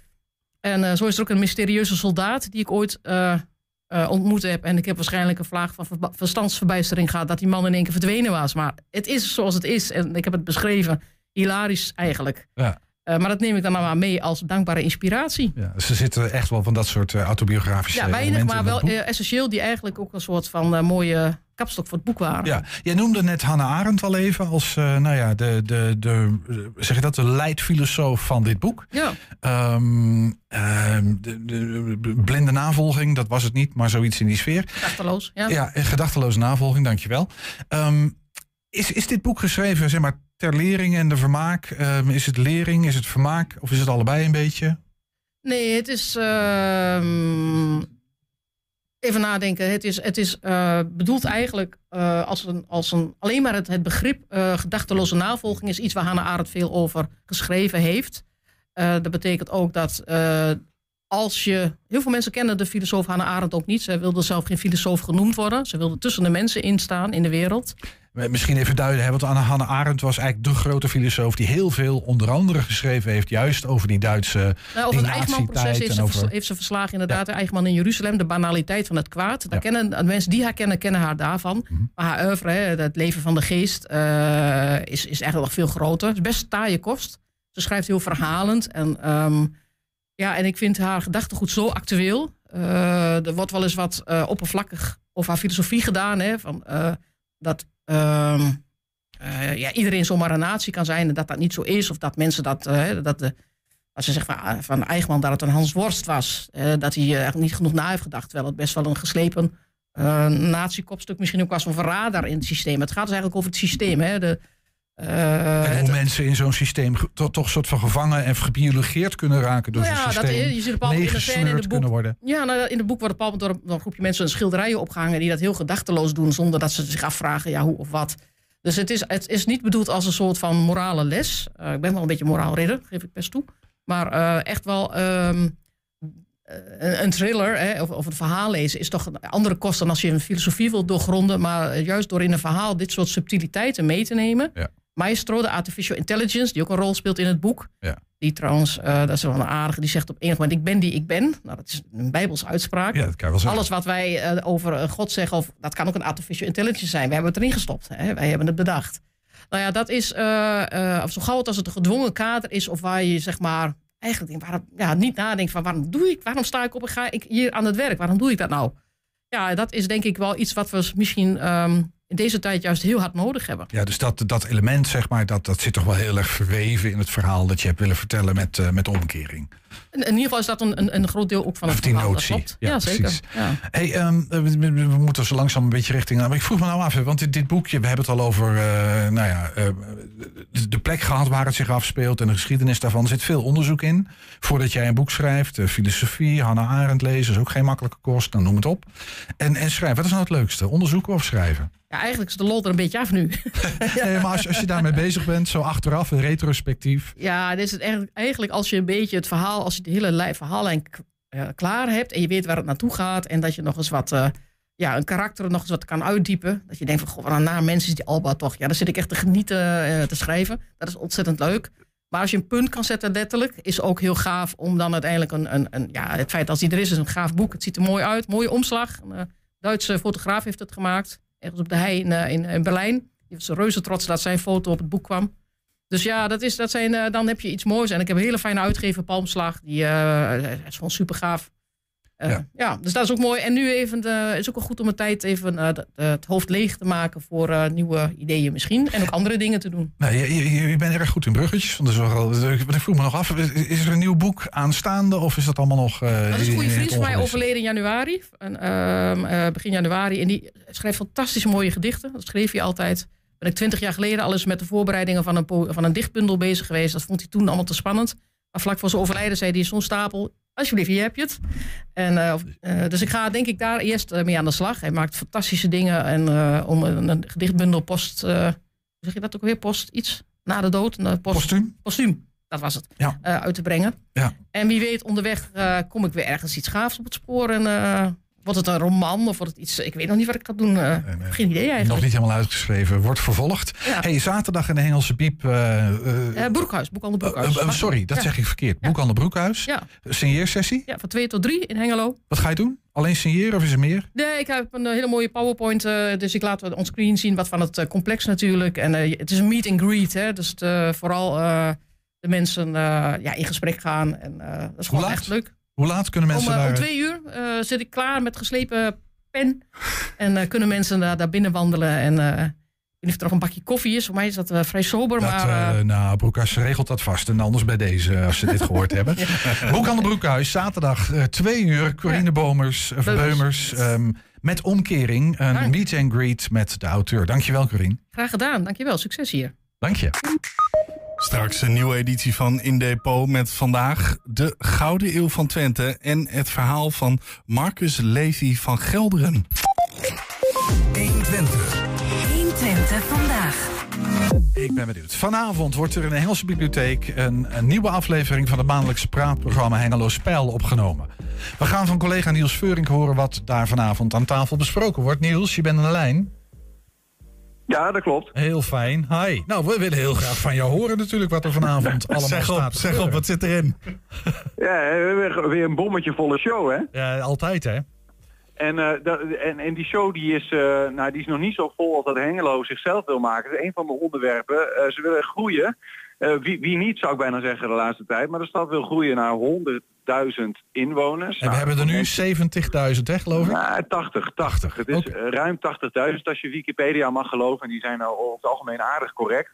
En uh, zo is er ook een mysterieuze soldaat... die ik ooit uh, uh, ontmoet heb. En ik heb waarschijnlijk een vlaag van ver- verstandsverbijstering gehad... dat die man in één keer verdwenen was. Maar het is zoals het is. En ik heb het beschreven. Hilarisch eigenlijk. Ja. Uh, maar dat neem ik dan nou maar mee als dankbare inspiratie. Ja, ze zitten echt wel van dat soort uh, autobiografische ja, weinig, maar wel uh, essentieel... die eigenlijk ook een soort van uh, mooie... kapstok voor het boek waren. Ja, jij noemde net Hannah Arendt al even als uh, nou ja, de, de, de, zeg je dat, de leidfilosoof van dit boek. Ja. Um, uh, de, de blinde navolging, dat was het niet, maar zoiets in die sfeer. Gedachteloos, ja. Ja, gedachteloze navolging, dankjewel. Um, is, is dit boek geschreven, zeg maar, ter lering en de vermaak? Um, is het lering, is het vermaak of is het allebei een beetje? Nee, het is... Uh, Even nadenken. Het is, het is uh, bedoeld eigenlijk uh, als een, als een... Alleen maar het, het begrip uh, gedachteloze navolging... is iets waar Hannah Arendt veel over geschreven heeft. Uh, dat betekent ook dat uh, als je... Heel veel mensen kennen de filosoof Hannah Arendt ook niet. Zij wilde zelf geen filosoof genoemd worden. Ze wilde tussen de mensen instaan in de wereld. Misschien even duiden, hè, want Hannah Arendt was eigenlijk de grote filosoof... die heel veel onder andere geschreven heeft... juist over die Duitse nou, over het Eichmann-proces heeft, over... heeft ze verslagen inderdaad. Ja. De Eichmann in Jeruzalem, de banaliteit van het kwaad. Daar ja. kennen, de mensen die haar kennen, kennen haar daarvan. Mm-hmm. Maar haar oeuvre, hè, het leven van de geest... Uh, is, is eigenlijk nog veel groter. Het is best taaie kost. Ze schrijft heel verhalend. En, um, ja, en ik vind haar gedachtegoed zo actueel. Uh, er wordt wel eens wat uh, oppervlakkig over haar filosofie gedaan. Hè, van, uh, dat... Um, uh, ja, iedereen zomaar een nazi kan zijn en dat dat niet zo is. Of dat mensen dat, uh, dat de, als ze zeggen van, van Eichmann dat het een Hans Worst was. Uh, dat hij uh, eigenlijk niet genoeg na heeft gedacht. Terwijl het best wel een geslepen uh, nazi-kopstuk misschien ook was van radar in het systeem. Het gaat dus eigenlijk over het systeem. Hè? De, uh, en hoe het, mensen in zo'n systeem to, toch een soort van gevangen en gebiologeerd kunnen raken door nou ja, zo'n systeem. Dat, je ziet een meegesleurd in de kunnen worden. Ja, nou, in het boek wordt bepaald door een groepje mensen schilderijen opgehangen die dat heel gedachteloos doen zonder dat ze zich afvragen ja, hoe of wat. Dus het is, het is niet bedoeld als een soort van morale les. Uh, ik ben wel een beetje moraalridder, geef ik best toe. Maar uh, echt wel um, een, een thriller hè, of, of een verhaal lezen is toch een andere kost dan als je een filosofie wilt doorgronden. Maar juist door in een verhaal dit soort subtiliteiten mee te nemen. Ja. Maestro, de artificial intelligence, die ook een rol speelt in het boek. Ja. Die trouwens, uh, dat is wel een aardige, die zegt op enig moment ik ben die ik ben. Nou, dat is een Bijbelse uitspraak. Ja, dat kan wel zeggen. Alles wat wij uh, over God zeggen, of, dat kan ook een artificial intelligence zijn. We hebben het erin gestopt, hè? Wij hebben het bedacht. Nou ja, dat is, uh, uh, zo gauw het als het een gedwongen kader is, of waar je zeg maar, eigenlijk denkt, waarom, ja, niet nadenkt van waarom doe ik, waarom sta ik op en ga ik hier aan het werk? Waarom doe ik dat nou? Ja, dat is denk ik wel iets wat we misschien... Um, in deze tijd juist heel hard nodig hebben. Ja, dus dat, dat element, zeg maar, dat, dat zit toch wel heel erg verweven in het verhaal dat je hebt willen vertellen met, uh, met omkering. In, in ieder geval is dat een, een, een groot deel ook van het die verhaal. Notie. Dat ja, ja, zeker. Ja. Hey, um, we, we, we moeten zo langzaam een beetje richting... Maar ik vroeg me nou af, want dit, dit boekje, we hebben het al over uh, nou ja, uh, de plek gehad waar het zich afspeelt en de geschiedenis daarvan. Er zit veel onderzoek in. Voordat jij een boek schrijft, uh, filosofie, Hannah Arendt lezen, is ook geen makkelijke kost, dan noem het op. En, en schrijven, wat is nou het leukste? Onderzoeken of schrijven? Ja, eigenlijk is de lol er een beetje af nu. Nee, maar als, als je daarmee bezig bent, zo achteraf, retrospectief. Ja, dit is het eigenlijk, eigenlijk als je een beetje het verhaal, als je de hele verhaallijn uh, klaar hebt en je weet waar het naartoe gaat en dat je nog eens wat, uh, ja, een karakter nog eens wat kan uitdiepen. Dat je denkt van, goh, wat een naam mensen is die Alba toch. Ja, dan zit ik echt te genieten uh, te schrijven. Dat is ontzettend leuk. Maar als je een punt kan zetten letterlijk, is ook heel gaaf om dan uiteindelijk een, een, een ja, het feit als die er is, is een gaaf boek. Het ziet er mooi uit, mooie omslag. Een uh, Duitse fotograaf heeft het gemaakt, ergens op de hei in, uh, in, in Berlijn. Die was reuze trots dat zijn foto op het boek kwam. Dus ja, dat is, dat zijn, uh, dan heb je iets moois. En ik heb een hele fijne uitgever, Palmslag. Die uh, is gewoon super gaaf. Uh, ja. ja, dus dat is ook mooi. En nu even, uh, is ook wel goed om een tijd even uh, de, de, het hoofd leeg te maken voor uh, nieuwe ideeën misschien. En ook andere dingen te doen. Nou, je, je, je bent erg goed in bruggetjes. Want ik vroeg me nog af, is er een nieuw boek aanstaande of is dat allemaal nog... Uh, dat is een goede vriend van mij, overleden in januari. En, uh, uh, begin januari. En die schrijft fantastisch mooie gedichten. Dat schreef hij altijd. Ben ik twintig jaar geleden al eens met de voorbereidingen van een, po- van een dichtbundel bezig geweest. Dat vond hij toen allemaal te spannend. Maar vlak voor zijn overlijden zei hij, zo'n stapel, alsjeblieft, hier heb je het. En, uh, uh, dus ik ga denk ik daar eerst uh, mee aan de slag. Hij maakt fantastische dingen. En uh, om een, een gedichtbundel post, uh, hoe zeg je dat ook weer? Post iets na de dood. Post, postuum? Postuum, dat was het. Ja. Uh, uit te brengen. Ja. En wie weet, onderweg uh, kom ik weer ergens iets gaafs op het spoor. En uh, wordt het een roman of wordt het iets... Ik weet nog niet wat ik ga doen. Uh, nee, nee. Geen idee eigenlijk. Nog niet helemaal uitgeschreven. Wordt vervolgd. Ja. Hey, zaterdag in de Hengelse Piep... Uh, uh, uh, Broekhuis, Boekhandel Broekhuis. Uh, uh, sorry, dat ja. zeg ik verkeerd. Ja. Boekhandel Broekhuis. Ja. Signeersessie? Ja, van twee tot drie in Hengelo. Wat ga je doen? Alleen signeren of is er meer? Nee, ik heb een hele mooie PowerPoint. Uh, dus ik laat on screen zien wat van het uh, complex natuurlijk. En uh, het is een meet and greet. Hè, dus het, uh, vooral uh, de mensen uh, ja, in gesprek gaan. En uh, dat is gewoon echt leuk. Hoe laat kunnen mensen om, uh, daar... Om twee uur uh, zit ik klaar met geslepen pen. En uh, kunnen mensen daar, daar binnen wandelen. En uh, ik weet niet of er nog een bakje koffie is. Voor mij is dat uh, vrij sober. Dat, maar, uh... uh, nou, Broekhuis regelt dat vast. En anders bij deze, als ze dit gehoord hebben. Ja. Boekhandel Broekhuis, zaterdag uh, twee uur. Corine ja. Bomers, uh, Beumers. Um, met omkering. Een ja. meet and greet met de auteur. Dankjewel, Corine. Graag gedaan. Dankjewel. Succes hier. Dank je. Straks een nieuwe editie van In Depot met vandaag de Gouden Eeuw van Twente en het verhaal van Marcus Levy van Gelderen. honderdtwintig. honderdtwintig vandaag. Ik ben benieuwd. Vanavond wordt er in de Hengelse Bibliotheek een, een nieuwe aflevering van het maandelijkse praatprogramma Hengelo Spel opgenomen. We gaan van collega Niels Veurink horen wat daar vanavond aan tafel besproken wordt. Niels, je bent aan de lijn. Ja, dat klopt. Heel fijn. Hi. Nou, we willen heel graag van jou horen natuurlijk wat er vanavond allemaal zeg op, staat. Zeg op, wat zit erin? Ja, weer, weer een bommetje volle show, hè? Ja, altijd, hè? En, uh, dat, en, en die show die is, uh, nou, die is nog niet zo vol als dat Hengelo zichzelf wil maken. Dat is een van de onderwerpen. Uh, ze willen groeien. Uh, wie, wie niet, zou ik bijna zeggen, de laatste tijd. Maar de stad wil groeien naar honderdduizend inwoners. En nou, we hebben er nu zeventigduizend, hè, geloof ik? Nou, tachtig, tachtig. Het is okay. ruim tachtigduizend als je Wikipedia mag geloven. En die zijn nou over het algemeen aardig correct.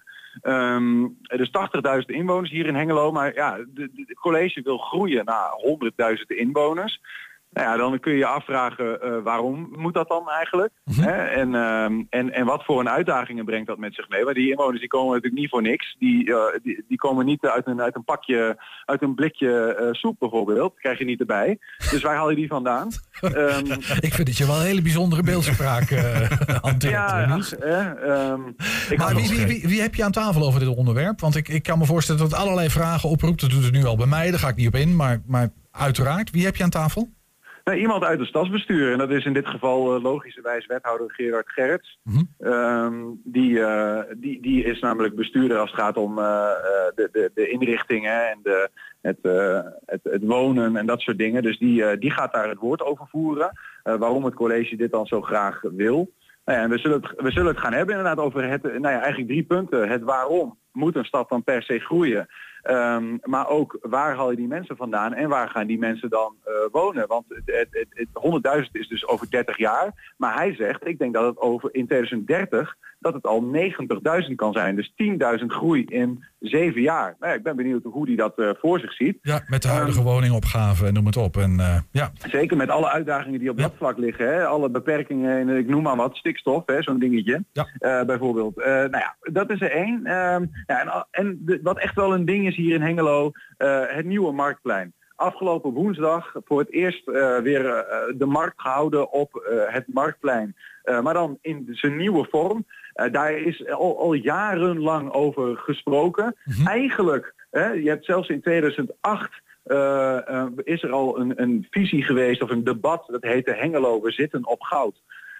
Um, dus tachtigduizend inwoners hier in Hengelo. Maar ja, het college wil groeien naar honderdduizend inwoners. Nou ja, dan kun je je afvragen uh, waarom moet dat dan eigenlijk? Mm-hmm. Hè? En, um, en, en wat voor een uitdagingen brengt dat met zich mee? Maar die inwoners die komen natuurlijk niet voor niks. Die, uh, die, die komen niet uit een, uit een pakje, uit een blikje uh, soep bijvoorbeeld. Dat krijg je niet erbij. Dus wij halen die vandaan. Um, ik vind dat je wel een hele bijzondere beeldspraak uh, hanteert. Ja, ach, eh, um, ik maar wie, wie, wie, wie heb je aan tafel over dit onderwerp? Want ik, ik kan me voorstellen dat het allerlei vragen oproept. Dat doet het nu al bij mij, daar ga ik niet op in. Maar, maar uiteraard, wie heb je aan tafel? Nou, iemand uit het stadsbestuur. En dat is in dit geval uh, logischerwijs wethouder Gerard Gerrits. Mm-hmm. Um, die, uh, die, die is namelijk bestuurder als het gaat om uh, de, de, de inrichtingen en de, het, uh, het, het wonen en dat soort dingen. Dus die, uh, die gaat daar het woord over voeren. Uh, waarom het college dit dan zo graag wil. Nou ja, en we zullen, het, we zullen het gaan hebben inderdaad over het, nou ja, eigenlijk drie punten. Het waarom moet een stad dan per se groeien. Um, maar ook waar haal je die mensen vandaan en waar gaan die mensen dan uh, wonen? Want het, het, het, het honderdduizend is dus over dertig jaar. Maar hij zegt, ik denk dat het over in tweeduizend dertig dat het al negentigduizend kan zijn. Dus tienduizend groei in zeven jaar. Nou ja, ik ben benieuwd hoe hij dat uh, voor zich ziet. Ja, met de huidige um, woningopgave, noem het op. En, uh, ja. Zeker met alle uitdagingen die op ja. dat vlak liggen. Hè? Alle beperkingen, ik noem maar wat, stikstof, hè? Zo'n dingetje. Ja. Uh, bijvoorbeeld. Uh, nou ja, dat is er één. Um, ja, en en de, wat echt wel een ding is hier in Hengelo, uh, het nieuwe Marktplein. Afgelopen woensdag voor het eerst uh, weer uh, de markt gehouden op uh, het Marktplein. Uh, maar dan in zijn nieuwe vorm. Uh, daar is al, al jarenlang over gesproken. Mm-hmm. Eigenlijk, uh, je hebt zelfs in tweeduizend acht uh, uh, is er al een, een visie geweest of een debat. Dat heette Hengelo, we zitten op goud.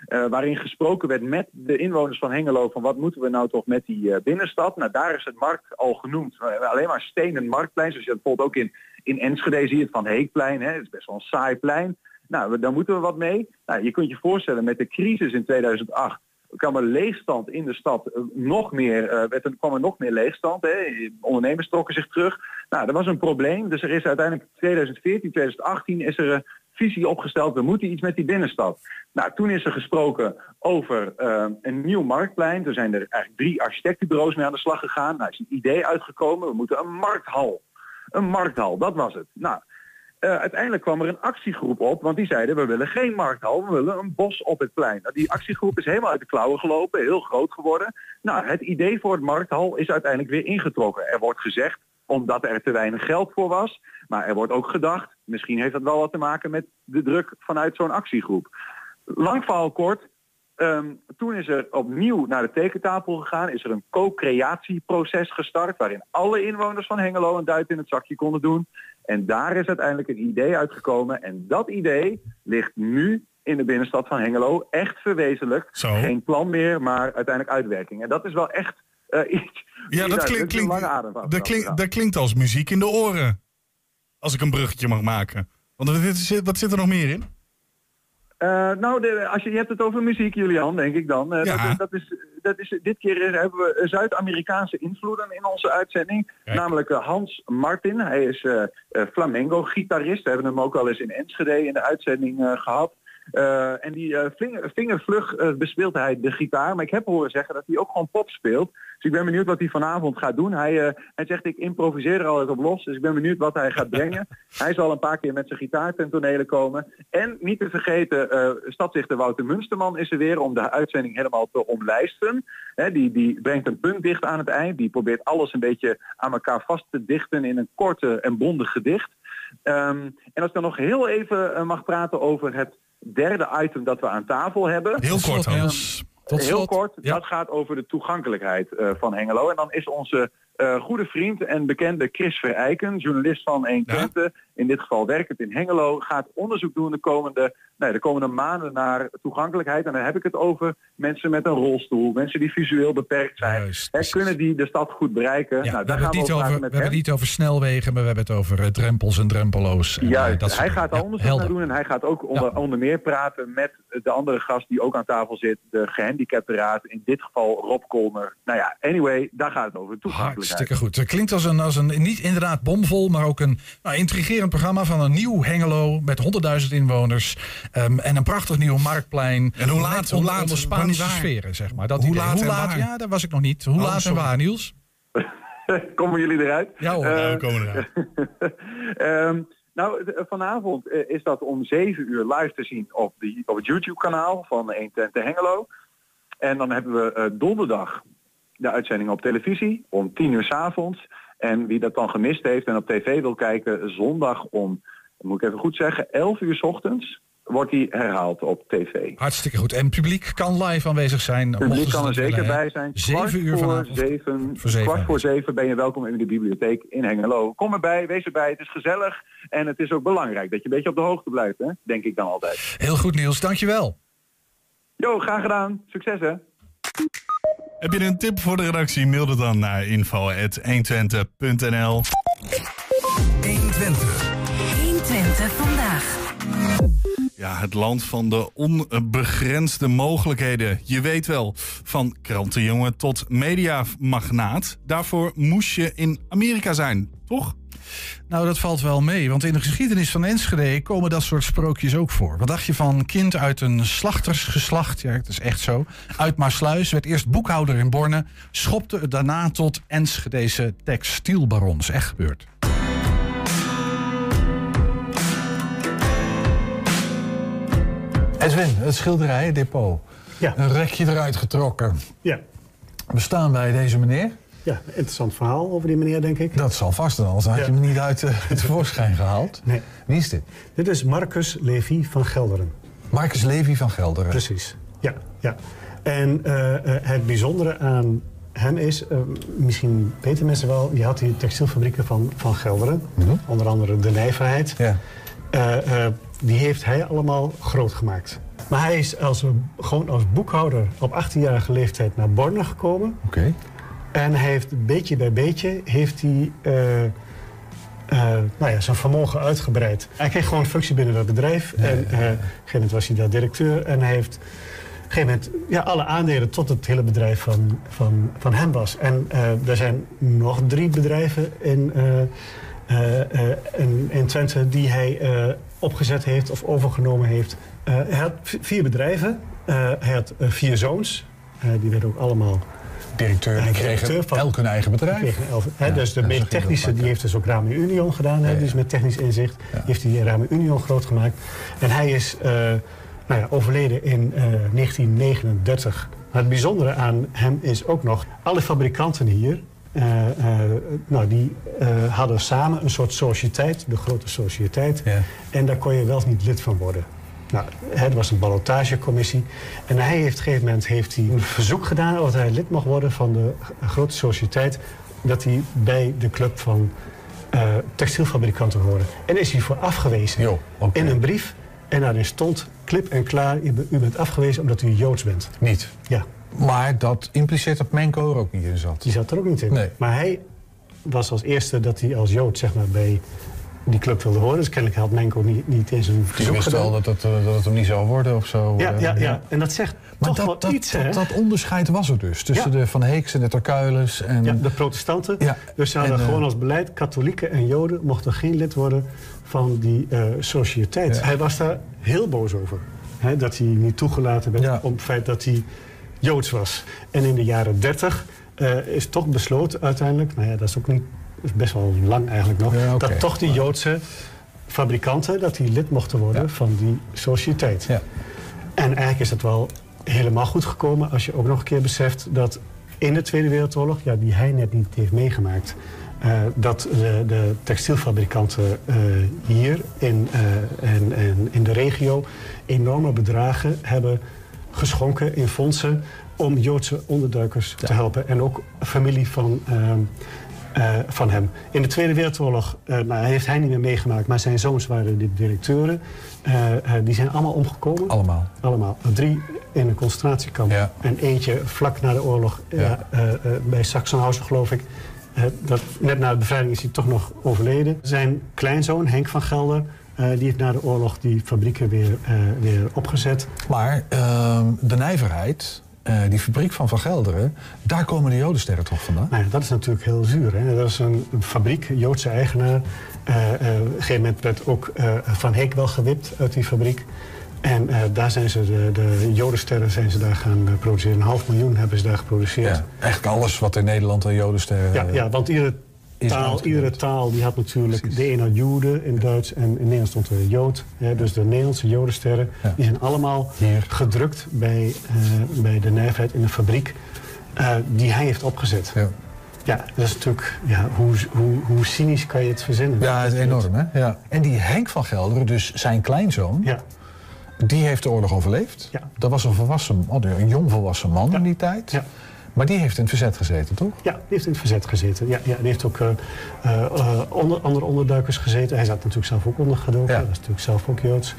Uh, waarin gesproken werd met de inwoners van Hengelo van wat moeten we nou toch met die uh, binnenstad. Nou, daar is het markt al genoemd. Uh, alleen maar stenen marktplein, zoals je dat bijvoorbeeld ook in, in Enschede zie je het Van Heekplein. Hè. Het is best wel een saai plein. Nou, daar moeten we wat mee. Nou, je kunt je voorstellen met de crisis in tweeduizend acht kwam er leegstand in de stad. Uh, nog meer, uh, werd er, kwam er nog meer leegstand. Hè. Ondernemers trokken zich terug. Nou, dat was een probleem. Dus er is uiteindelijk tweeduizend veertien, tweeduizend achttien is er een visie opgesteld. We moeten iets met die binnenstad. Nou, toen is er gesproken over uh, een nieuw marktplein. Er zijn er eigenlijk drie architectenbureaus mee aan de slag gegaan. Nou, is een idee uitgekomen. We moeten een markthal. Een markthal, dat was het. Nou, uh, uiteindelijk kwam er een actiegroep op. Want die zeiden, we willen geen markthal. We willen een bos op het plein. Nou, die actiegroep is helemaal uit de klauwen gelopen. Heel groot geworden. Nou, het idee voor het markthal is uiteindelijk weer ingetrokken. Er wordt gezegd, omdat er te weinig geld voor was. Maar er wordt ook gedacht, misschien heeft dat wel wat te maken met de druk vanuit zo'n actiegroep. Lang verhaal kort, um, toen is er opnieuw naar de tekentafel gegaan, is er een co-creatieproces gestart, waarin alle inwoners van Hengelo een duit in het zakje konden doen. En daar is uiteindelijk een idee uitgekomen. En dat idee ligt nu in de binnenstad van Hengelo echt verwezenlijkt. Zo. Geen plan meer, maar uiteindelijk uitwerking. En dat is wel echt uh, iets... Ja, dat, klink, klink, dat, klink, dat klinkt als muziek in de oren. Als ik een bruggetje mag maken. Want wat zit er nog meer in? Uh, nou, de, als je, je hebt het over muziek, Julian, denk ik dan. Uh, ja. dat, dat, is, dat is, dit keer is, hebben we Zuid-Amerikaanse invloeden in onze uitzending. Kijk. Namelijk uh, Hans Martin. Hij is uh, uh, flamenco-gitarist. We hebben hem ook al eens in Enschede in de uitzending uh, gehad. Uh, en die uh, vinger, vingervlug uh, bespeelt hij de gitaar. Maar ik heb horen zeggen dat hij ook gewoon pop speelt. Dus ik ben benieuwd wat hij vanavond gaat doen. Hij, uh, hij zegt, ik improviseer er altijd op los. Dus ik ben benieuwd wat hij gaat brengen. Hij zal een paar keer met zijn gitaar ten tonele komen. En niet te vergeten, uh, stadsdichter Wouter Munsterman is er weer om de uitzending helemaal te omlijsten. He, die, die brengt een punt dicht aan het eind. Die probeert alles een beetje aan elkaar vast te dichten in een korte en bondig gedicht. Um, en als ik dan nog heel even uh, mag praten over het derde item dat we aan tafel hebben. Heel kort, Hans. Tot slot. Heel kort, ja. Dat gaat over de toegankelijkheid uh, van Hengelo. En dan is onze uh, goede vriend en bekende Chris Verijken, journalist van één Twente, ja. in dit geval werkend in Hengelo, gaat onderzoek doen de komende, nee, de komende maanden naar toegankelijkheid. En dan heb ik het over mensen met een rolstoel, mensen die visueel beperkt zijn. Juist, He, kunnen die de stad goed bereiken? Ja, nou, we hebben het, niet over, we hebben het niet over snelwegen, maar we hebben het over uh, drempels en drempeloos. En, Juist, dat hij gaat daar ja, onderzoek helder. naar doen en hij gaat ook onder, ja. onder meer praten met de andere gast die ook aan tafel zit, de gehandicaptenraad, in dit geval Rob Kolmer. Nou ja, anyway, daar gaat het over. Toegankelijkheid. Hartstikke goed. Het klinkt als een, als een niet inderdaad bomvol, maar ook een nou, intrigerend programma van een nieuw Hengelo met honderdduizend inwoners um, en een prachtig nieuw marktplein. En hoe laat? Hoe laat? Onder Spaanse sferen, zeg maar. Dat hoe idee. laat? Hoe laat? Ja, daar was ik nog niet. Hoe oh, laat sorry. en waar, Niels? Komen jullie eruit? Ja hoor, uh, ja, we komen eruit. um, Nou, de, vanavond uh, is dat om zeven uur live te zien op, de, op het YouTube-kanaal van één Twente Hengelo. En dan hebben we uh, donderdag de uitzending op televisie om tien uur 's avonds. En wie dat dan gemist heeft en op tv wil kijken, zondag om, moet ik even goed zeggen, elf uur 's ochtends wordt die herhaald op tv. Hartstikke goed. En publiek kan live aanwezig zijn. Het publiek kan er zeker bij zijn. Zeven uur voor zeven, voor zeven. Kwart voor zeven ben je welkom in de bibliotheek in Hengelo. Kom erbij, wees erbij. Het is gezellig en het is ook belangrijk dat je een beetje op de hoogte blijft, hè? Denk ik dan altijd. Heel goed, Niels. Dankjewel. Jo, graag gedaan. Succes, hè. Heb je een tip voor de redactie? Mail het dan naar info at honderdtwintig punt n l. honderdtwintig. honderdtwintig vandaag. Ja, het land van de onbegrensde mogelijkheden. Je weet wel, van krantenjongen tot mediamagnaat. Daarvoor moest je in Amerika zijn, toch? Nou, dat valt wel mee, want in de geschiedenis van Enschede komen dat soort sprookjes ook voor. Wat dacht je van kind uit een slachtersgeslacht, ja, dat is echt zo, uit Maassluis, werd eerst boekhouder in Borne, schopte het daarna tot Enschedese textielbaron. Dat is echt gebeurd. Edwin, het schilderijendepot. Ja. Een rekje eruit getrokken. Ja. We staan bij deze meneer. Ja, interessant verhaal over die meneer, denk ik. Dat zal vast wel, anders had ja. je hem niet uit uh, tevoorschijn gehaald. Nee. Wie is dit? Dit is Marcus Levy van Gelderen. Marcus Levy van Gelderen. Precies, ja. ja. En uh, uh, het bijzondere aan hem is, uh, misschien weten mensen wel, je had die textielfabrieken van, van Gelderen. Mm-hmm. Onder andere de Nijverheid. Ja. Uh, uh, die heeft hij allemaal groot gemaakt. Maar hij is als, gewoon als boekhouder op achttienjarige leeftijd naar Borne gekomen. Oké. Okay. En hij heeft beetje bij beetje heeft hij, uh, uh, nou ja, zijn vermogen uitgebreid. Hij kreeg gewoon functie binnen dat bedrijf. Ja, en uh, op een gegeven moment was hij daar directeur. En hij heeft op een gegeven moment ja, alle aandelen tot het hele bedrijf van, van, van hem was. En uh, er zijn nog drie bedrijven in, uh, uh, uh, in, in Twente die hij uh, opgezet heeft of overgenomen heeft. Uh, hij had vier bedrijven. Uh, hij had uh, vier zoons. Uh, die werden ook allemaal directeur. En die kregen van, elk hun eigen bedrijf. Elf, hè, ja, dus de meest technische, die heeft dus ook Rami Union gedaan. Ja, ja. Hè, dus met technisch inzicht ja. heeft hij Rami Union groot gemaakt. En hij is uh, nou ja, overleden in uh, negentien negenendertig. Maar het bijzondere aan hem is ook nog, alle fabrikanten hier, uh, uh, nou, die uh, hadden samen een soort sociëteit, de grote sociëteit. Ja. En daar kon je wel niet lid van worden. Nou, het was een ballotagecommissie. En hij heeft op een gegeven moment heeft hij een verzoek gedaan of hij lid mag worden van de grote sociëteit. Dat hij bij de club van uh, textielfabrikanten hoorde. En is hij voor afgewezen jo, okay. in een brief. En daarin stond klip en klaar, u bent afgewezen omdat u Joods bent. Niet? Ja. Maar dat impliceert dat Menko er ook niet in zat? Die zat er ook niet in. Nee. Maar hij was als eerste dat hij als Jood zeg maar bij die club wilde horen. Dus kennelijk had Menko niet, niet in zijn verzoek gedaan. Die wist wel dat het, uh, dat het hem niet zou worden of zo. Ja, uh, ja, ja. En dat zegt maar toch dat, wel dat, iets, dat, hè? Dat onderscheid was er dus. Tussen ja. de Van Heeks en de Terkuilens. En ja, de protestanten. Ja. Dus ze hadden en, gewoon als beleid, katholieken en joden mochten geen lid worden van die uh, sociëteit. Ja. Hij was daar heel boos over. Hè, dat hij niet toegelaten werd ja. om het feit dat hij Joods was. En in de jaren dertig uh, is toch besloten uiteindelijk, nou ja, dat is ook niet, dat is best wel lang eigenlijk nog, ja, okay. dat toch die Joodse fabrikanten, dat die lid mochten worden ja. van die sociëteit. Ja. En eigenlijk is dat wel helemaal goed gekomen als je ook nog een keer beseft dat in de Tweede Wereldoorlog, ja, die hij net niet heeft meegemaakt, uh, dat de, de textielfabrikanten uh, hier in, uh, en, en in de regio enorme bedragen hebben geschonken in fondsen om Joodse onderduikers ja. te helpen. En ook familie van, uh, uh, van hem. In de Tweede Wereldoorlog uh, nou, heeft hij niet meer meegemaakt, maar zijn zoons waren de directeuren. Uh, uh, die zijn allemaal omgekomen. Allemaal? Allemaal. Drie in een concentratiekamp. Ja. En eentje vlak na de oorlog ja. uh, uh, bij Sachsenhausen, geloof ik. Uh, dat, net na de bevrijding is hij toch nog overleden. Zijn kleinzoon, Henk van Gelder, Uh, die heeft na de oorlog die fabrieken weer, uh, weer opgezet. Maar uh, de nijverheid, uh, die fabriek van Van Gelderen, daar komen de Jodensterren toch vandaan? Nou ja, dat is natuurlijk heel zuur. Hè? Dat is een, een fabriek, een Joodse eigenaar. Uh, uh, op een gegeven moment werd ook uh, Van Heek wel gewipt uit die fabriek. En uh, daar zijn ze, de, de Jodensterren zijn ze daar gaan uh, produceren. Een half miljoen hebben ze daar geproduceerd. Ja, eigenlijk alles wat in Nederland aan Jodensterren... Ja, ja, want iedere taal, iedere taal die had natuurlijk... Precies. De een had Joden in Duits en in Nederlands stond er Jood. Ja, dus de Nederlandse Jodensterren, ja. die zijn allemaal hier gedrukt bij, uh, bij de nijverheid in de fabriek. Uh, die hij heeft opgezet. Ja. Ja, dat is natuurlijk... Ja, hoe, hoe, hoe cynisch kan je het verzinnen? Ja, het is enorm, hè? Ja. En die Henk van Gelderen, dus zijn kleinzoon... Ja. Die heeft de oorlog overleefd. Ja. Dat was een volwassen, een jong volwassen man ja. in die tijd. Ja. Maar die heeft in het verzet gezeten, toch? Ja, die heeft in het verzet gezeten. Ja, ja, die heeft ook uh, uh, onder, andere onderduikers gezeten. Hij zat natuurlijk zelf ook ondergedoken. Ja. Dat is natuurlijk zelf ook Joods.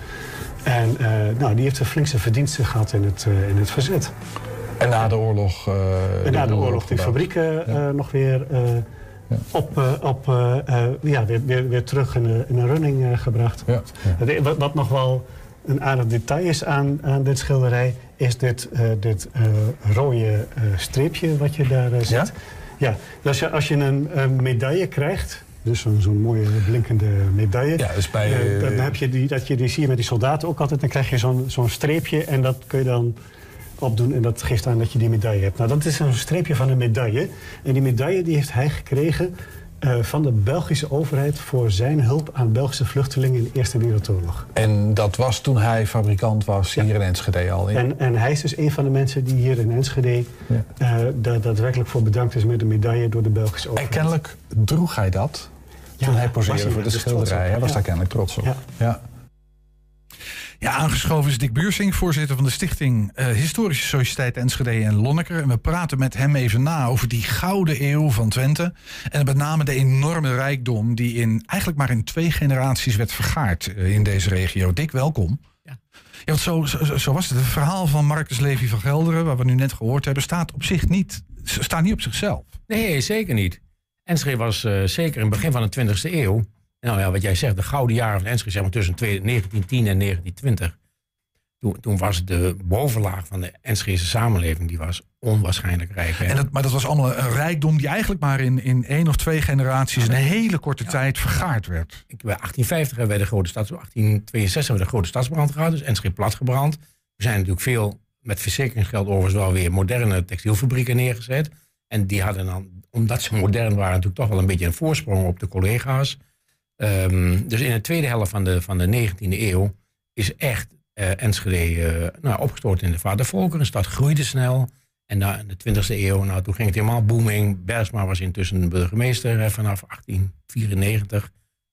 En uh, nou, die heeft de flinkste verdiensten gehad in het, uh, in het verzet. En na de oorlog... Uh, en na de, de oorlog die fabrieken uh, ja. nog weer... Uh, Ja. Op, uh, op, uh, uh, ja, weer, weer, weer terug in de, in de running uh, gebracht. Ja. Ja. Wat, wat nog wel een aardig detail is aan, aan dit schilderij... is dit, uh, dit uh, rode uh, streepje wat je daar uh, ziet. Ja? Ja, dus je, als je een, een medaille krijgt... dus zo'n zo'n mooie blinkende medaille... Ja, dus bij, uh, dan heb je die, dat je die zie je met die soldaten ook altijd... dan krijg je zo'n zo'n streepje en dat kun je dan... opdoen en dat geeft aan dat je die medaille hebt. Nou, dat is een streepje van een medaille. En die medaille die heeft hij gekregen uh, van de Belgische overheid... voor zijn hulp aan Belgische vluchtelingen in de Eerste Wereldoorlog. En dat was toen hij fabrikant was hier ja. in Enschede al? Ja. En, en hij is dus een van de mensen die hier in Enschede... Ja. Uh, daar daadwerkelijk voor bedankt is met een medaille door de Belgische overheid. En kennelijk droeg hij dat toen ja, hij poseerde voor de schilderij. Hij was ja. daar kennelijk trots op. Ja. Ja. Ja, aangeschoven is Dick Buursing, voorzitter van de Stichting uh, Historische Sociëteit Enschede en Lonneker. En we praten met hem even na over die gouden eeuw van Twente. En met name de enorme rijkdom die in, eigenlijk maar in twee generaties werd vergaard uh, in deze regio. Dick, welkom. Ja. Ja, want zo, zo, zo was het. Het verhaal van Marcus Levy van Gelderen, wat we nu net gehoord hebben, staat op zich niet, staat niet op zichzelf. Nee, zeker niet. Enschede was uh, zeker in het begin van de twintigste eeuw. Nou ja, wat jij zegt, de gouden jaren van Enschede, zeg maar tussen negentien tien en negentien twintig. Toen, toen was de bovenlaag van de Enschedese samenleving, die was onwaarschijnlijk rijk. Hè? En dat, maar dat was allemaal een rijkdom die eigenlijk maar in, in één of twee generaties in een hele korte ja. tijd vergaard werd. Bij achttien vijftig hebben we de grote stads, achttien tweeënzestig hebben we de grote stadsbrand gehad, dus Enschede platgebrand. Er zijn natuurlijk veel, met verzekeringsgeld overigens wel weer moderne textielfabrieken neergezet. En die hadden dan, omdat ze modern waren, natuurlijk toch wel een beetje een voorsprong op de collega's. Um, dus in de tweede helft van de, van de negentiende eeuw is echt uh, Enschede uh, nou, opgestort in de vadervolkeren. De stad groeide snel. En na, in de twintigste eeuw, nou, toen ging het helemaal booming. Bergsma was intussen burgemeester hè, vanaf achttien vierennegentig.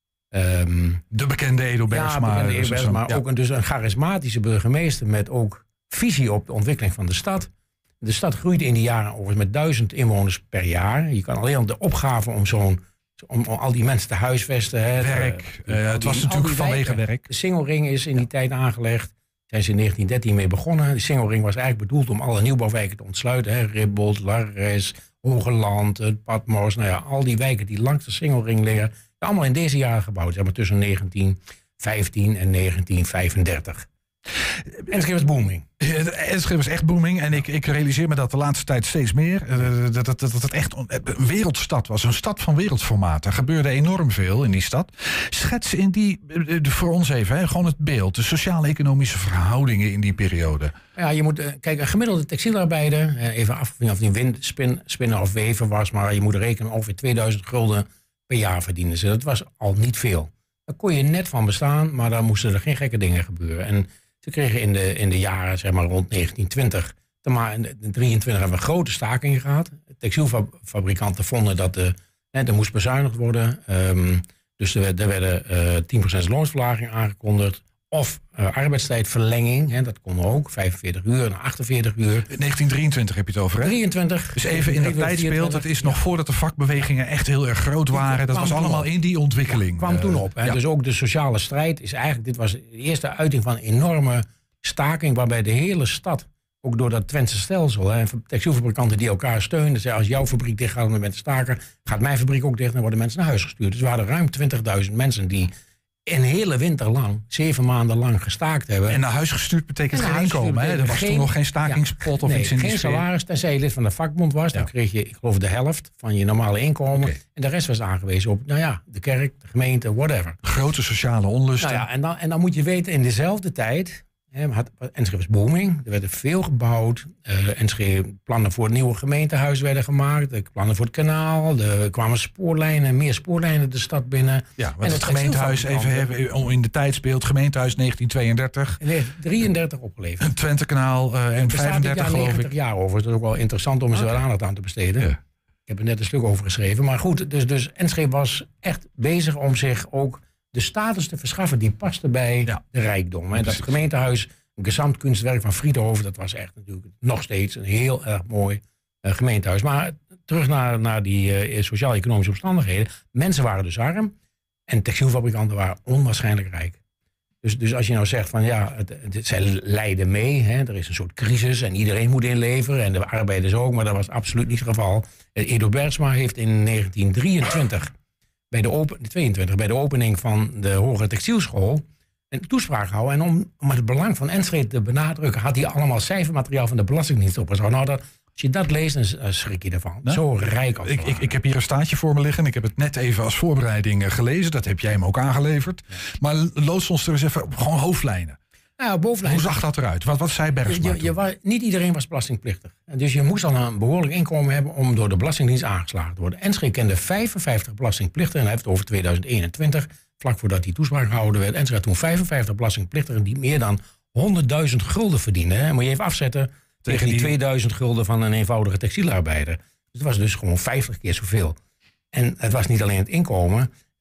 Um, de bekende Edo Bergsma. Ja, bekende Edo Bergsma. Ja. Ook een, dus een charismatische burgemeester met ook visie op de ontwikkeling van de stad. De stad groeide in die jaren overigens met duizend inwoners per jaar. Je kan alleen al de opgave om zo'n Om, om al die mensen te huisvesten. Hè, werk. Uh, uh, het was die, natuurlijk vanwege werk. De Singelring is in die ja. tijd aangelegd. Zijn ze in negentien dertien mee begonnen. De Singelring was eigenlijk bedoeld om alle nieuwbouwwijken te ontsluiten. Hè. Ribbold, Larres, Hogeland, het Patmos. Nou ja, al die wijken die langs de Singelring liggen. Allemaal in deze jaren gebouwd. Zeg maar tussen negentien vijftien en negentien vijfendertig. Enschede was booming. Enschede was echt booming. En ik, ik realiseer me dat de laatste tijd steeds meer. Uh, dat, dat, dat het echt een wereldstad was. Een stad van wereldformaat. Er gebeurde enorm veel in die stad. Schets in die, uh, voor ons even, hè, gewoon het beeld. De sociaal-economische verhoudingen in die periode. Ja, je moet, uh, kijk, een gemiddelde textielarbeider. Uh, even af of die wind, spin, spinnen of weven was. Maar je moet rekenen ongeveer tweeduizend gulden per jaar verdienen ze. Dat was al niet veel. Daar kon je net van bestaan. Maar daar moesten er geen gekke dingen gebeuren. En ze kregen in de, in de jaren, zeg maar rond negentien twintig, in de drieëntwintig hebben we grote stakingen gehad. Textielfabrikanten vonden dat de, hè, er moest bezuinigd worden. Um, dus er, er werden uh, tien procent loonsverlaging aangekondigd. Of uh, arbeidstijdverlenging, hè, dat kon ook, vijfenveertig uur naar achtenveertig uur. negentien drieëntwintig heb je het over, hè? drieëntwintig. Dus even in dat tijdsbeeld, dat is nog ja. voordat de vakbewegingen echt heel erg groot waren. Dat was allemaal op. in die ontwikkeling. Ja, kwam uh, toen op. Hè. Ja. Dus ook de sociale strijd is eigenlijk, dit was de eerste uiting van een enorme staking, waarbij de hele stad, ook door dat Twentse stelsel, hè, textielfabrikanten die elkaar steunden, zei als jouw fabriek dicht gaat met de staker, gaat mijn fabriek ook dicht en worden mensen naar huis gestuurd. Dus we hadden ruim twintigduizend mensen die een hele winter lang, zeven maanden lang gestaakt hebben. En naar huis gestuurd betekent geen inkomen. Hè? Er was geen, toen nog geen stakingspot ja, of nee, iets in die geen sfeer. Salaris, tenzij je lid van de vakbond was. Ja. Dan kreeg je, ik geloof, de helft van je normale inkomen. Okay. En de rest was aangewezen op, nou ja, de kerk, de gemeente, whatever. Grote sociale onlusten. Nou ja, en, dan, en dan moet je weten, in dezelfde tijd, had, Enschede was booming. Er werd veel gebouwd. Uh, Enschede plannen voor het nieuwe gemeentehuis werden gemaakt. Er plannen voor het kanaal. Er kwamen spoorlijnen, meer spoorlijnen de stad binnen. Ja, want en het, het gemeentehuis, even hebben, in de tijdsbeeld, gemeentehuis negentien tweeëndertig. negentien drieëndertig opgeleverd. Een Twentekanaal uh, en vijfendertig geloof ik. negentig jaar over. Dat is ook wel interessant om er okay. wel aandacht aan te besteden. Ja. Ik heb er net een stuk over geschreven. Maar goed, dus, dus Enschede was echt bezig om zich ook de status te verschaffen die paste bij ja. de rijkdom. Hè. Dat gemeentehuis, een gezamtkunstwerk van Friedhoven, dat was echt natuurlijk nog steeds een heel erg mooi uh, gemeentehuis. Maar terug naar, naar die uh, sociaal-economische omstandigheden. Mensen waren dus arm en textielfabrikanten waren onwaarschijnlijk rijk. Dus, dus als je nou zegt van ja, het, het, zij lijden mee, hè, er is een soort crisis en iedereen moet inleveren en de arbeiders ook, maar dat was absoluut niet het geval. Edo Bergsma heeft in negentien drieëntwintig Bij de, open, tweeëntwintig, bij de opening van de Hogere Textielschool een toespraak gehouden. En om, om het belang van Enschede te benadrukken, had hij allemaal cijfermateriaal van de Belastingdienst opgezocht. Nou, dat, als je dat leest, dan schrik je ervan. Nou, zo rijk als ik, ik, ik heb hier een staatje voor me liggen. Ik heb het net even als voorbereiding gelezen. Dat heb jij hem ook aangeleverd. Ja. Maar loods ons er eens even op gewoon hoofdlijnen. Nou, bovenlijn. Hoe zag dat eruit? Wat, wat zei Bergsma? Je, je, je, niet iedereen was belastingplichtig. En dus je moest al een behoorlijk inkomen hebben om door de Belastingdienst aangeslagen te worden. Enschede kende vijfenvijftig belastingplichtigen. En hij heeft het over tweeduizend eenentwintig, vlak voordat die toespraak gehouden werd. Enschede had toen vijfenvijftig belastingplichtigen die meer dan honderdduizend gulden verdienen. Hè. Moet je even afzetten tegen, tegen die tweeduizend gulden van een eenvoudige textielarbeider. Dus het was dus gewoon vijftig keer zoveel. En het was niet alleen het inkomen.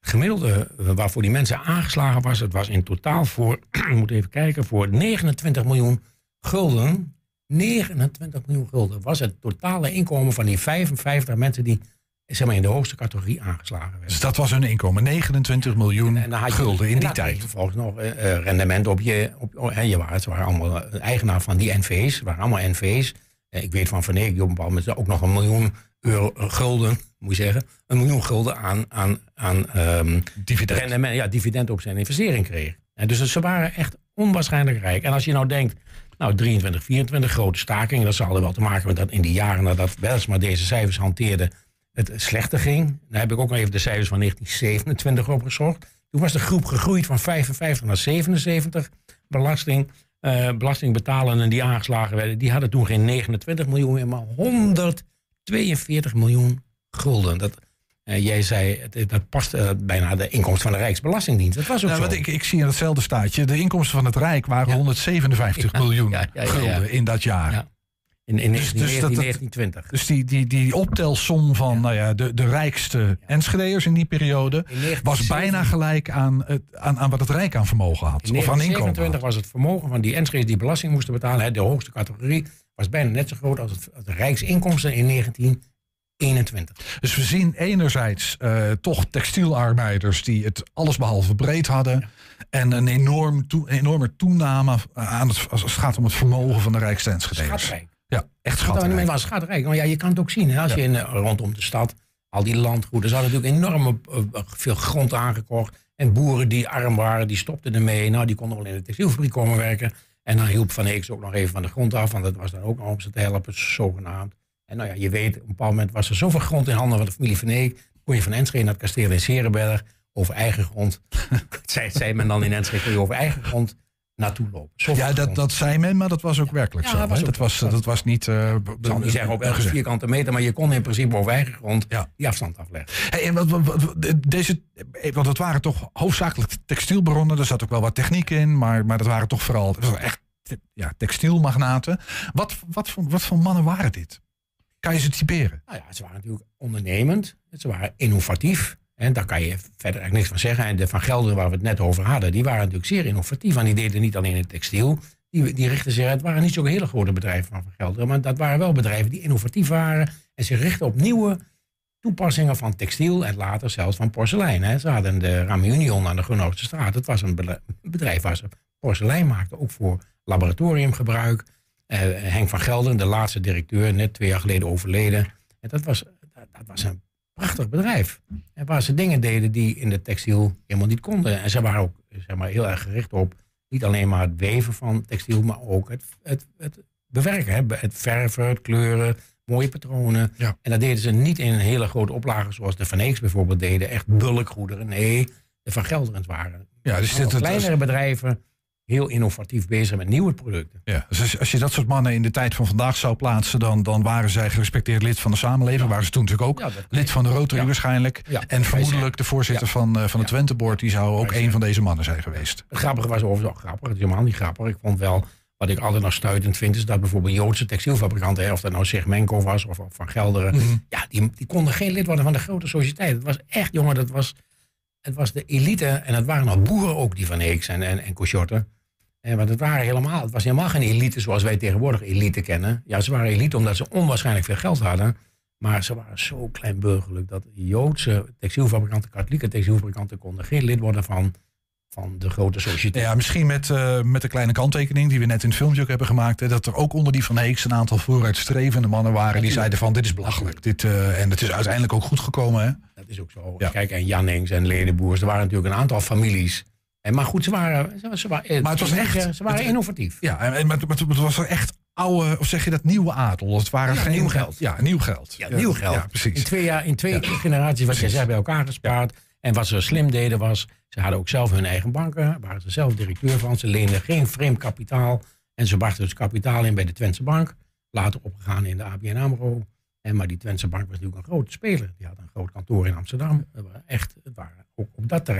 gemiddelde waarvoor die mensen aangeslagen was, het was in totaal voor, ik moet even kijken, voor negenentwintig miljoen gulden. negenentwintig miljoen gulden was het totale inkomen van die vijfenvijftig mensen die zeg maar, in de hoogste categorie aangeslagen werden. Dus dat was hun inkomen, negenentwintig miljoen en, en je, gulden in die tijd. En vervolgens nog uh, rendement op je... Op, oh, en je waren, ze waren allemaal eigenaar van die N V's. Ze waren allemaal N V's. Uh, ik weet van Van Eek, die op een bepaald moment ook nog een miljoen euro, uh, gulden, moet je zeggen, een miljoen gulden aan, aan, aan um, dividend. Rendement, ja, dividend op zijn investering kreeg. En dus ze waren echt onwaarschijnlijk rijk. En als je nou denkt, nou drieëntwintig, vierentwintig grote stakingen, dat zal er wel te maken met dat in die jaren nadat Bijlsma deze cijfers hanteerde, het slechter ging. Dan heb ik ook nog even de cijfers van negentien zevenentwintig opgezocht. Toen was de groep gegroeid van vijfenvijftig naar zevenenzeventig belasting. Uh, belastingbetalenden die aangeslagen werden, die hadden toen geen negenentwintig miljoen meer, maar honderdtweeënveertig miljoen gulden. Dat, uh, jij zei, het, dat past uh, bijna de inkomsten van de Rijksbelastingdienst. Dat was ook nou, zo. Wat ik, ik zie in hetzelfde staatje, de inkomsten van het Rijk waren ja. honderdzevenenvijftig ja, miljoen ja, ja, ja, ja, ja. gulden in dat jaar. Ja. In, in dus, dus negentien, negentien twintig. Dus die, die, die optelsom van ja. Nou ja, de, de rijkste ja. Enschedeërs in die periode in was bijna gelijk aan, het, aan, aan wat het Rijk aan vermogen had. In of aan negentien zevenentwintig inkomen had. Was het vermogen van die Enschede's die belasting moesten betalen, de hoogste categorie, was bijna net zo groot als het, als de Rijksinkomsten in negentien eenentwintig. Dus we zien enerzijds uh, toch textielarbeiders die het allesbehalve breed hadden. Ja. En een, enorm toe, een enorme toename aan het, als het gaat om het vermogen van de rijkste Enschede'ers. Schatrijk. Ja, echt schatrijk. Was schatrijk. Nou ja, je kan het ook zien. Hè? Als ja. je in, rondom de stad, al die landgoeden, ze hadden natuurlijk enorm uh, veel grond aangekocht. En boeren die arm waren, die stopten ermee. Nou, die konden wel in de textielfabriek komen werken. En dan hielp Van Eeks ook nog even van de grond af, want dat was dan ook nog om ze te helpen, zogenaamd. En nou ja, je weet, op een bepaald moment was er zoveel grond in handen van de familie Van Eek. Kon je van Enschede naar het kasteel in Serenberg over eigen grond. zei, zei men dan in Enschede, kon je over eigen grond naartoe lopen. Zoveel ja, dat, dat zei men, maar dat was ook ja. werkelijk ja, zo. Dat was, dat, was, dat was niet... Uh, ik zal niet zeggen op elke vierkante meter, maar je kon in principe over eigen grond ja. die afstand afleggen. Hey, en wat, wat, wat, deze, want het waren toch hoofdzakelijk textielbronnen, er zat ook wel wat techniek in, maar, maar dat waren toch vooral dat waren echt ja, textielmagnaten. Wat, wat, voor, wat voor mannen waren dit? Kan je ze typeren? Nou ja, ze waren natuurlijk ondernemend, ze waren innovatief. En daar kan je verder eigenlijk niks van zeggen. En de Van Gelderen waar we het net over hadden, die waren natuurlijk zeer innovatief. En die deden niet alleen in textiel. Die, die richtten zich, het waren niet zo'n hele grote bedrijven van Van Gelderen, maar dat waren wel bedrijven die innovatief waren. En zich richtten op nieuwe toepassingen van textiel en later zelfs van porselein. Hè. Ze hadden de Ram Union aan de Groenhoofdse straat. Dat was een bedrijf waar ze porselein maakten, ook voor laboratoriumgebruik. Uh, Henk van Gelderen, de laatste directeur, net twee jaar geleden overleden. En dat was, dat, dat was een prachtig bedrijf. En waar ze dingen deden die in de textiel helemaal niet konden. En ze waren ook zeg maar, heel erg gericht op niet alleen maar het weven van textiel, maar ook het, het, het bewerken. Hè? Het verven, het kleuren, mooie patronen. Ja. En dat deden ze niet in een hele grote oplage zoals de Van Eeks bijvoorbeeld deden. Echt bulkgoederen. Nee, de Van Gelderens waren. Ja, dus dit, kleinere het, bedrijven, heel innovatief bezig met nieuwe producten. Ja, dus als, als je dat soort mannen in de tijd van vandaag zou plaatsen, dan, dan waren zij gerespecteerd lid van de samenleving. Ja. Waren ze toen natuurlijk ook ja, lid van de Rotary ja. waarschijnlijk. Ja. En vermoedelijk de voorzitter ja. van, uh, van het ja. Twente-board, die zou ook een van deze mannen zijn geweest. Het grappige was overigens ook grappig. Het is helemaal niet grappig. Ik vond wel, wat ik altijd nog stuitend vind, is dat bijvoorbeeld Joodse textielfabrikanten, of dat nou Segmenko was of Van Gelderen, mm-hmm. ja, die, die konden geen lid worden van de grote sociëteit. Het was echt, jongen, dat was, het was de elite. En het waren nog boeren ook, die Van Eeks en, en, en Cochotte. En want het, waren helemaal, het was helemaal geen elite zoals wij tegenwoordig elite kennen. Ja, ze waren elite omdat ze onwaarschijnlijk veel geld hadden. Maar ze waren zo kleinburgerlijk dat Joodse textielfabrikanten, katholieke textielfabrikanten konden geen lid worden van, van de grote sociëteit. Ja, misschien met, uh, met de kleine kanttekening die we net in het filmpje ook hebben gemaakt. Hè, dat er ook onder die Van Eeks een aantal vooruitstrevende mannen waren. Ja, die zeiden van dit is belachelijk. Dit, uh, en het is uiteindelijk ook goed gekomen. Hè? Dat is ook zo. Ja. Kijk, en Jannings en Ledenboers. Er waren natuurlijk een aantal families. En maar goed, ze waren, ze, ze waren, maar het was echt, ze waren het, innovatief. Ja, en, maar, maar het was er echt oude, of zeg je dat, nieuwe adel. Het waren ja, geen nieuw geld. Ja, nieuw geld. Ja, nieuw geld. Ja, precies. In twee, jaar, in twee ja. generaties wat jij bij elkaar gespaard. Ja. En wat ze slim deden was, ze hadden ook zelf hun eigen banken. Daar waren ze zelf directeur van. Ze leenden geen vreemd kapitaal. En ze brachten dus kapitaal in bij de Twentse Bank. Later opgegaan in de A B N AMRO. En maar die Twentse Bank was natuurlijk een grote speler. Die had een groot kantoor in Amsterdam. Het waren echt, het waren ook op dat terrein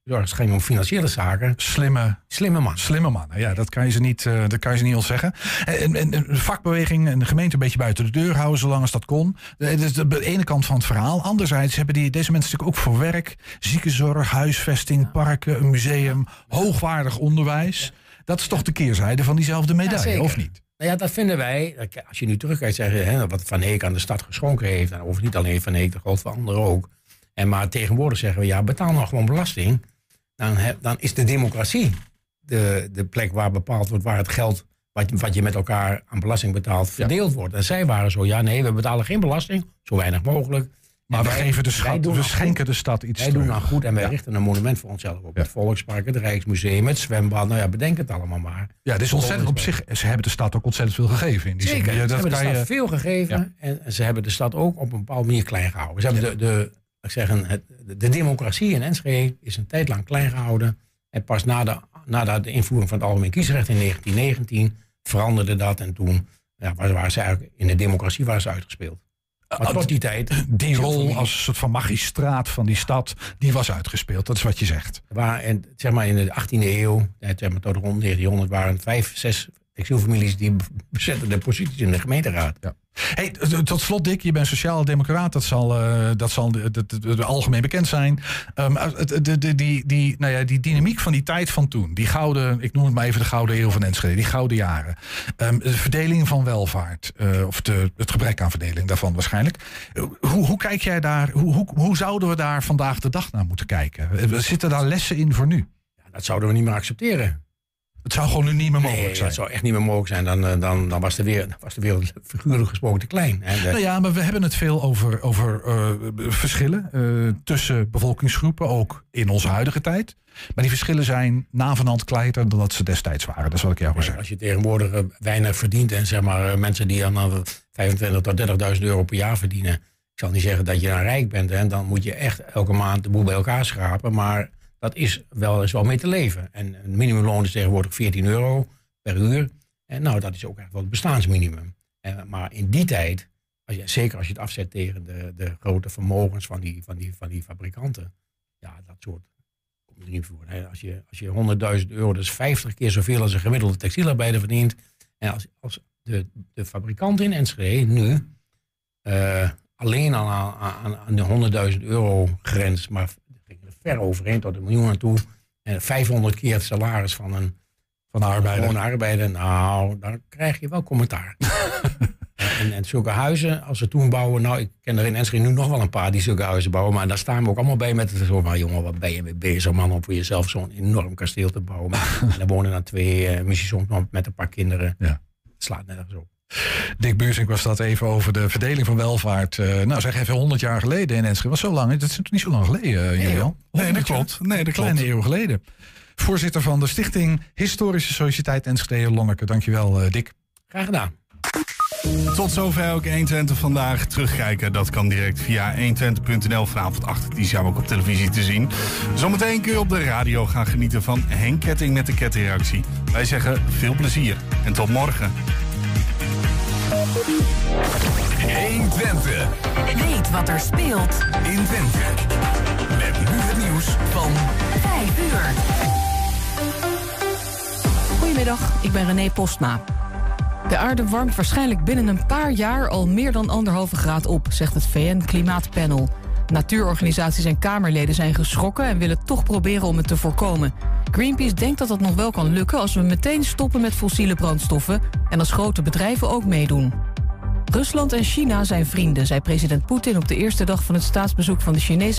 Ja, het ging om financiële zaken. Slimme, slimme man. Slimme man. Ja, dat kan je ze niet, uh, dat kan je ze niet ontzeggen. En, en, en de vakbeweging en de gemeente een beetje buiten de deur houden, zolang als dat kon. Dat is de ene kant van het verhaal. Anderzijds hebben die, deze mensen natuurlijk ook voor werk, ziekenzorg, huisvesting, parken, een museum, hoogwaardig onderwijs. Dat is toch de keerzijde van diezelfde medaille, ja, of niet? Nou ja, dat vinden wij. Als je nu terugkijkt, zeggen hè, wat Van Heek aan de stad geschonken heeft. En over niet alleen Van Heek, dat geldt voor anderen ook. En maar tegenwoordig zeggen we, ja, betaal nou gewoon belasting. Dan, he, dan is de democratie de, de plek waar bepaald wordt waar het geld wat, wat je met elkaar aan belasting betaalt verdeeld ja. wordt. En zij waren zo, ja nee, we betalen geen belasting, zo weinig mogelijk. Maar we, wij, geven de schat, we schenken goed. de stad iets Wij terug. doen dan goed en wij ja. richten een monument voor onszelf op. Ja. Het Volkspark, het Rijksmuseum, het zwembad. Nou ja, bedenk het allemaal maar. Ja, dit is ontzettend op zich. Ze hebben de stad ook ontzettend veel gegeven. In die Zeker, zin. Ja, dat ze hebben de stad je... veel gegeven. Ja. En ze hebben de stad ook op een bepaalde manier klein gehouden. Ze hebben ja. de, de, ik zeg, het, de democratie in Enschede is een tijd lang klein gehouden. En pas na de, na de invoering van het algemeen kiesrecht in negentien negentien veranderde dat. En toen ja, waren ze eigenlijk in de democratie waren ze uitgespeeld. Maar tot die tijd... Die rol als soort van magistraat van die stad, die was uitgespeeld. Dat is wat je zegt. Waar, en, zeg maar in de achttiende eeuw, zeg maar tot rond negentienhonderd, waren vijf, zes exilfamilies die bezetten de posities in de gemeenteraad. Ja. Hey, tot slot, Dick, je bent sociaal democraat. Dat zal, uh, dat zal de, de, de, de algemeen bekend zijn. Um, de, de, de, die, die, nou ja, die dynamiek van die tijd van toen. Die gouden, ik noem het maar even de gouden eeuw van Enschede. Die gouden jaren. Um, de verdeling van welvaart. Uh, of de, het gebrek aan verdeling daarvan waarschijnlijk. Uh, hoe, hoe kijk jij daar? Hoe, hoe, hoe zouden we daar vandaag de dag naar moeten kijken? Uh, zitten daar lessen in voor nu? Ja, dat zouden we niet meer accepteren. Het zou gewoon nu niet meer mogelijk nee, zijn. Het zou echt niet meer mogelijk zijn. Dan, dan, dan was, de wereld, was de wereld figuurlijk gesproken te klein. Hè. De... Nou ja, maar we hebben het veel over, over uh, verschillen uh, tussen bevolkingsgroepen, ook in onze huidige tijd. Maar die verschillen zijn navenant kleiner dan dat ze destijds waren. Dat is wat ik jou wil zeggen. Als je tegenwoordig uh, weinig verdient en zeg maar uh, mensen die dan uh, vijfentwintig tot dertigduizend euro per jaar verdienen. Ik zal niet zeggen dat je dan rijk bent. Hè. Dan moet je echt elke maand de boel bij elkaar schrapen. Maar dat is wel eens wel mee te leven. En een minimumloon is tegenwoordig veertien euro per uur. En nou, dat is ook echt wel het bestaansminimum. En, maar in die tijd, als je, zeker als je het afzet tegen de, de grote vermogens van die, van, die, van die fabrikanten. Ja, dat soort komt er niet voor. Hè. Als je, als je honderdduizend euro, dat is vijftig keer zoveel als een gemiddelde textielarbeider verdient. En als, als de, de fabrikant in Enschede nu uh, alleen al aan, aan, aan de honderdduizend euro grens, maar ver overheen tot een miljoen aan toe. En vijfhonderd keer het salaris van een, van een arbeider. Een arbeider. Nou, dan krijg je wel commentaar. en, en zulke huizen, als ze toen bouwen. Nou, ik ken er in Enschede nu nog wel een paar die zulke huizen bouwen. Maar daar staan we ook allemaal bij met het zo van, jongen, wat ben je mee bezig, man, om voor jezelf zo'n enorm kasteel te bouwen. En daar wonen dan twee, uh, misschien soms nog met een paar kinderen. Ja. Het slaat nergens op. Dick Buursink was dat even over de verdeling van welvaart. Uh, nou, zeg even honderd jaar geleden in Enschede. Was zo lang, dat is niet zo lang geleden, uh, nee, Julian. Nee, dat klopt. Nee, dat kleine klopt. eeuw geleden. Voorzitter van de Stichting Historische Sociëteit Enschede Lonneke. Dankjewel, uh, Dick. Graag gedaan. Tot zover ook honderdtwintig vandaag. Terugkijken, dat kan direct via honderdtwintig punt n l. Vanavond acht uur zijn we ook op televisie te zien. Zometeen kun je op de radio gaan genieten van Henk Ketting met de kettingreactie. Wij zeggen veel plezier en tot morgen. honderdtwintig. Weet wat er speelt in Twente. Met nu het nieuws van vijf uur. Goedemiddag, ik ben René Postma. De aarde warmt waarschijnlijk binnen een paar jaar al meer dan anderhalve graad op, zegt het V N-klimaatpanel. Natuurorganisaties en Kamerleden zijn geschrokken en willen toch proberen om het te voorkomen. Greenpeace denkt dat dat nog wel kan lukken als we meteen stoppen met fossiele brandstoffen en als grote bedrijven ook meedoen. Rusland en China zijn vrienden, zei president Poetin op de eerste dag van het staatsbezoek van de Chinese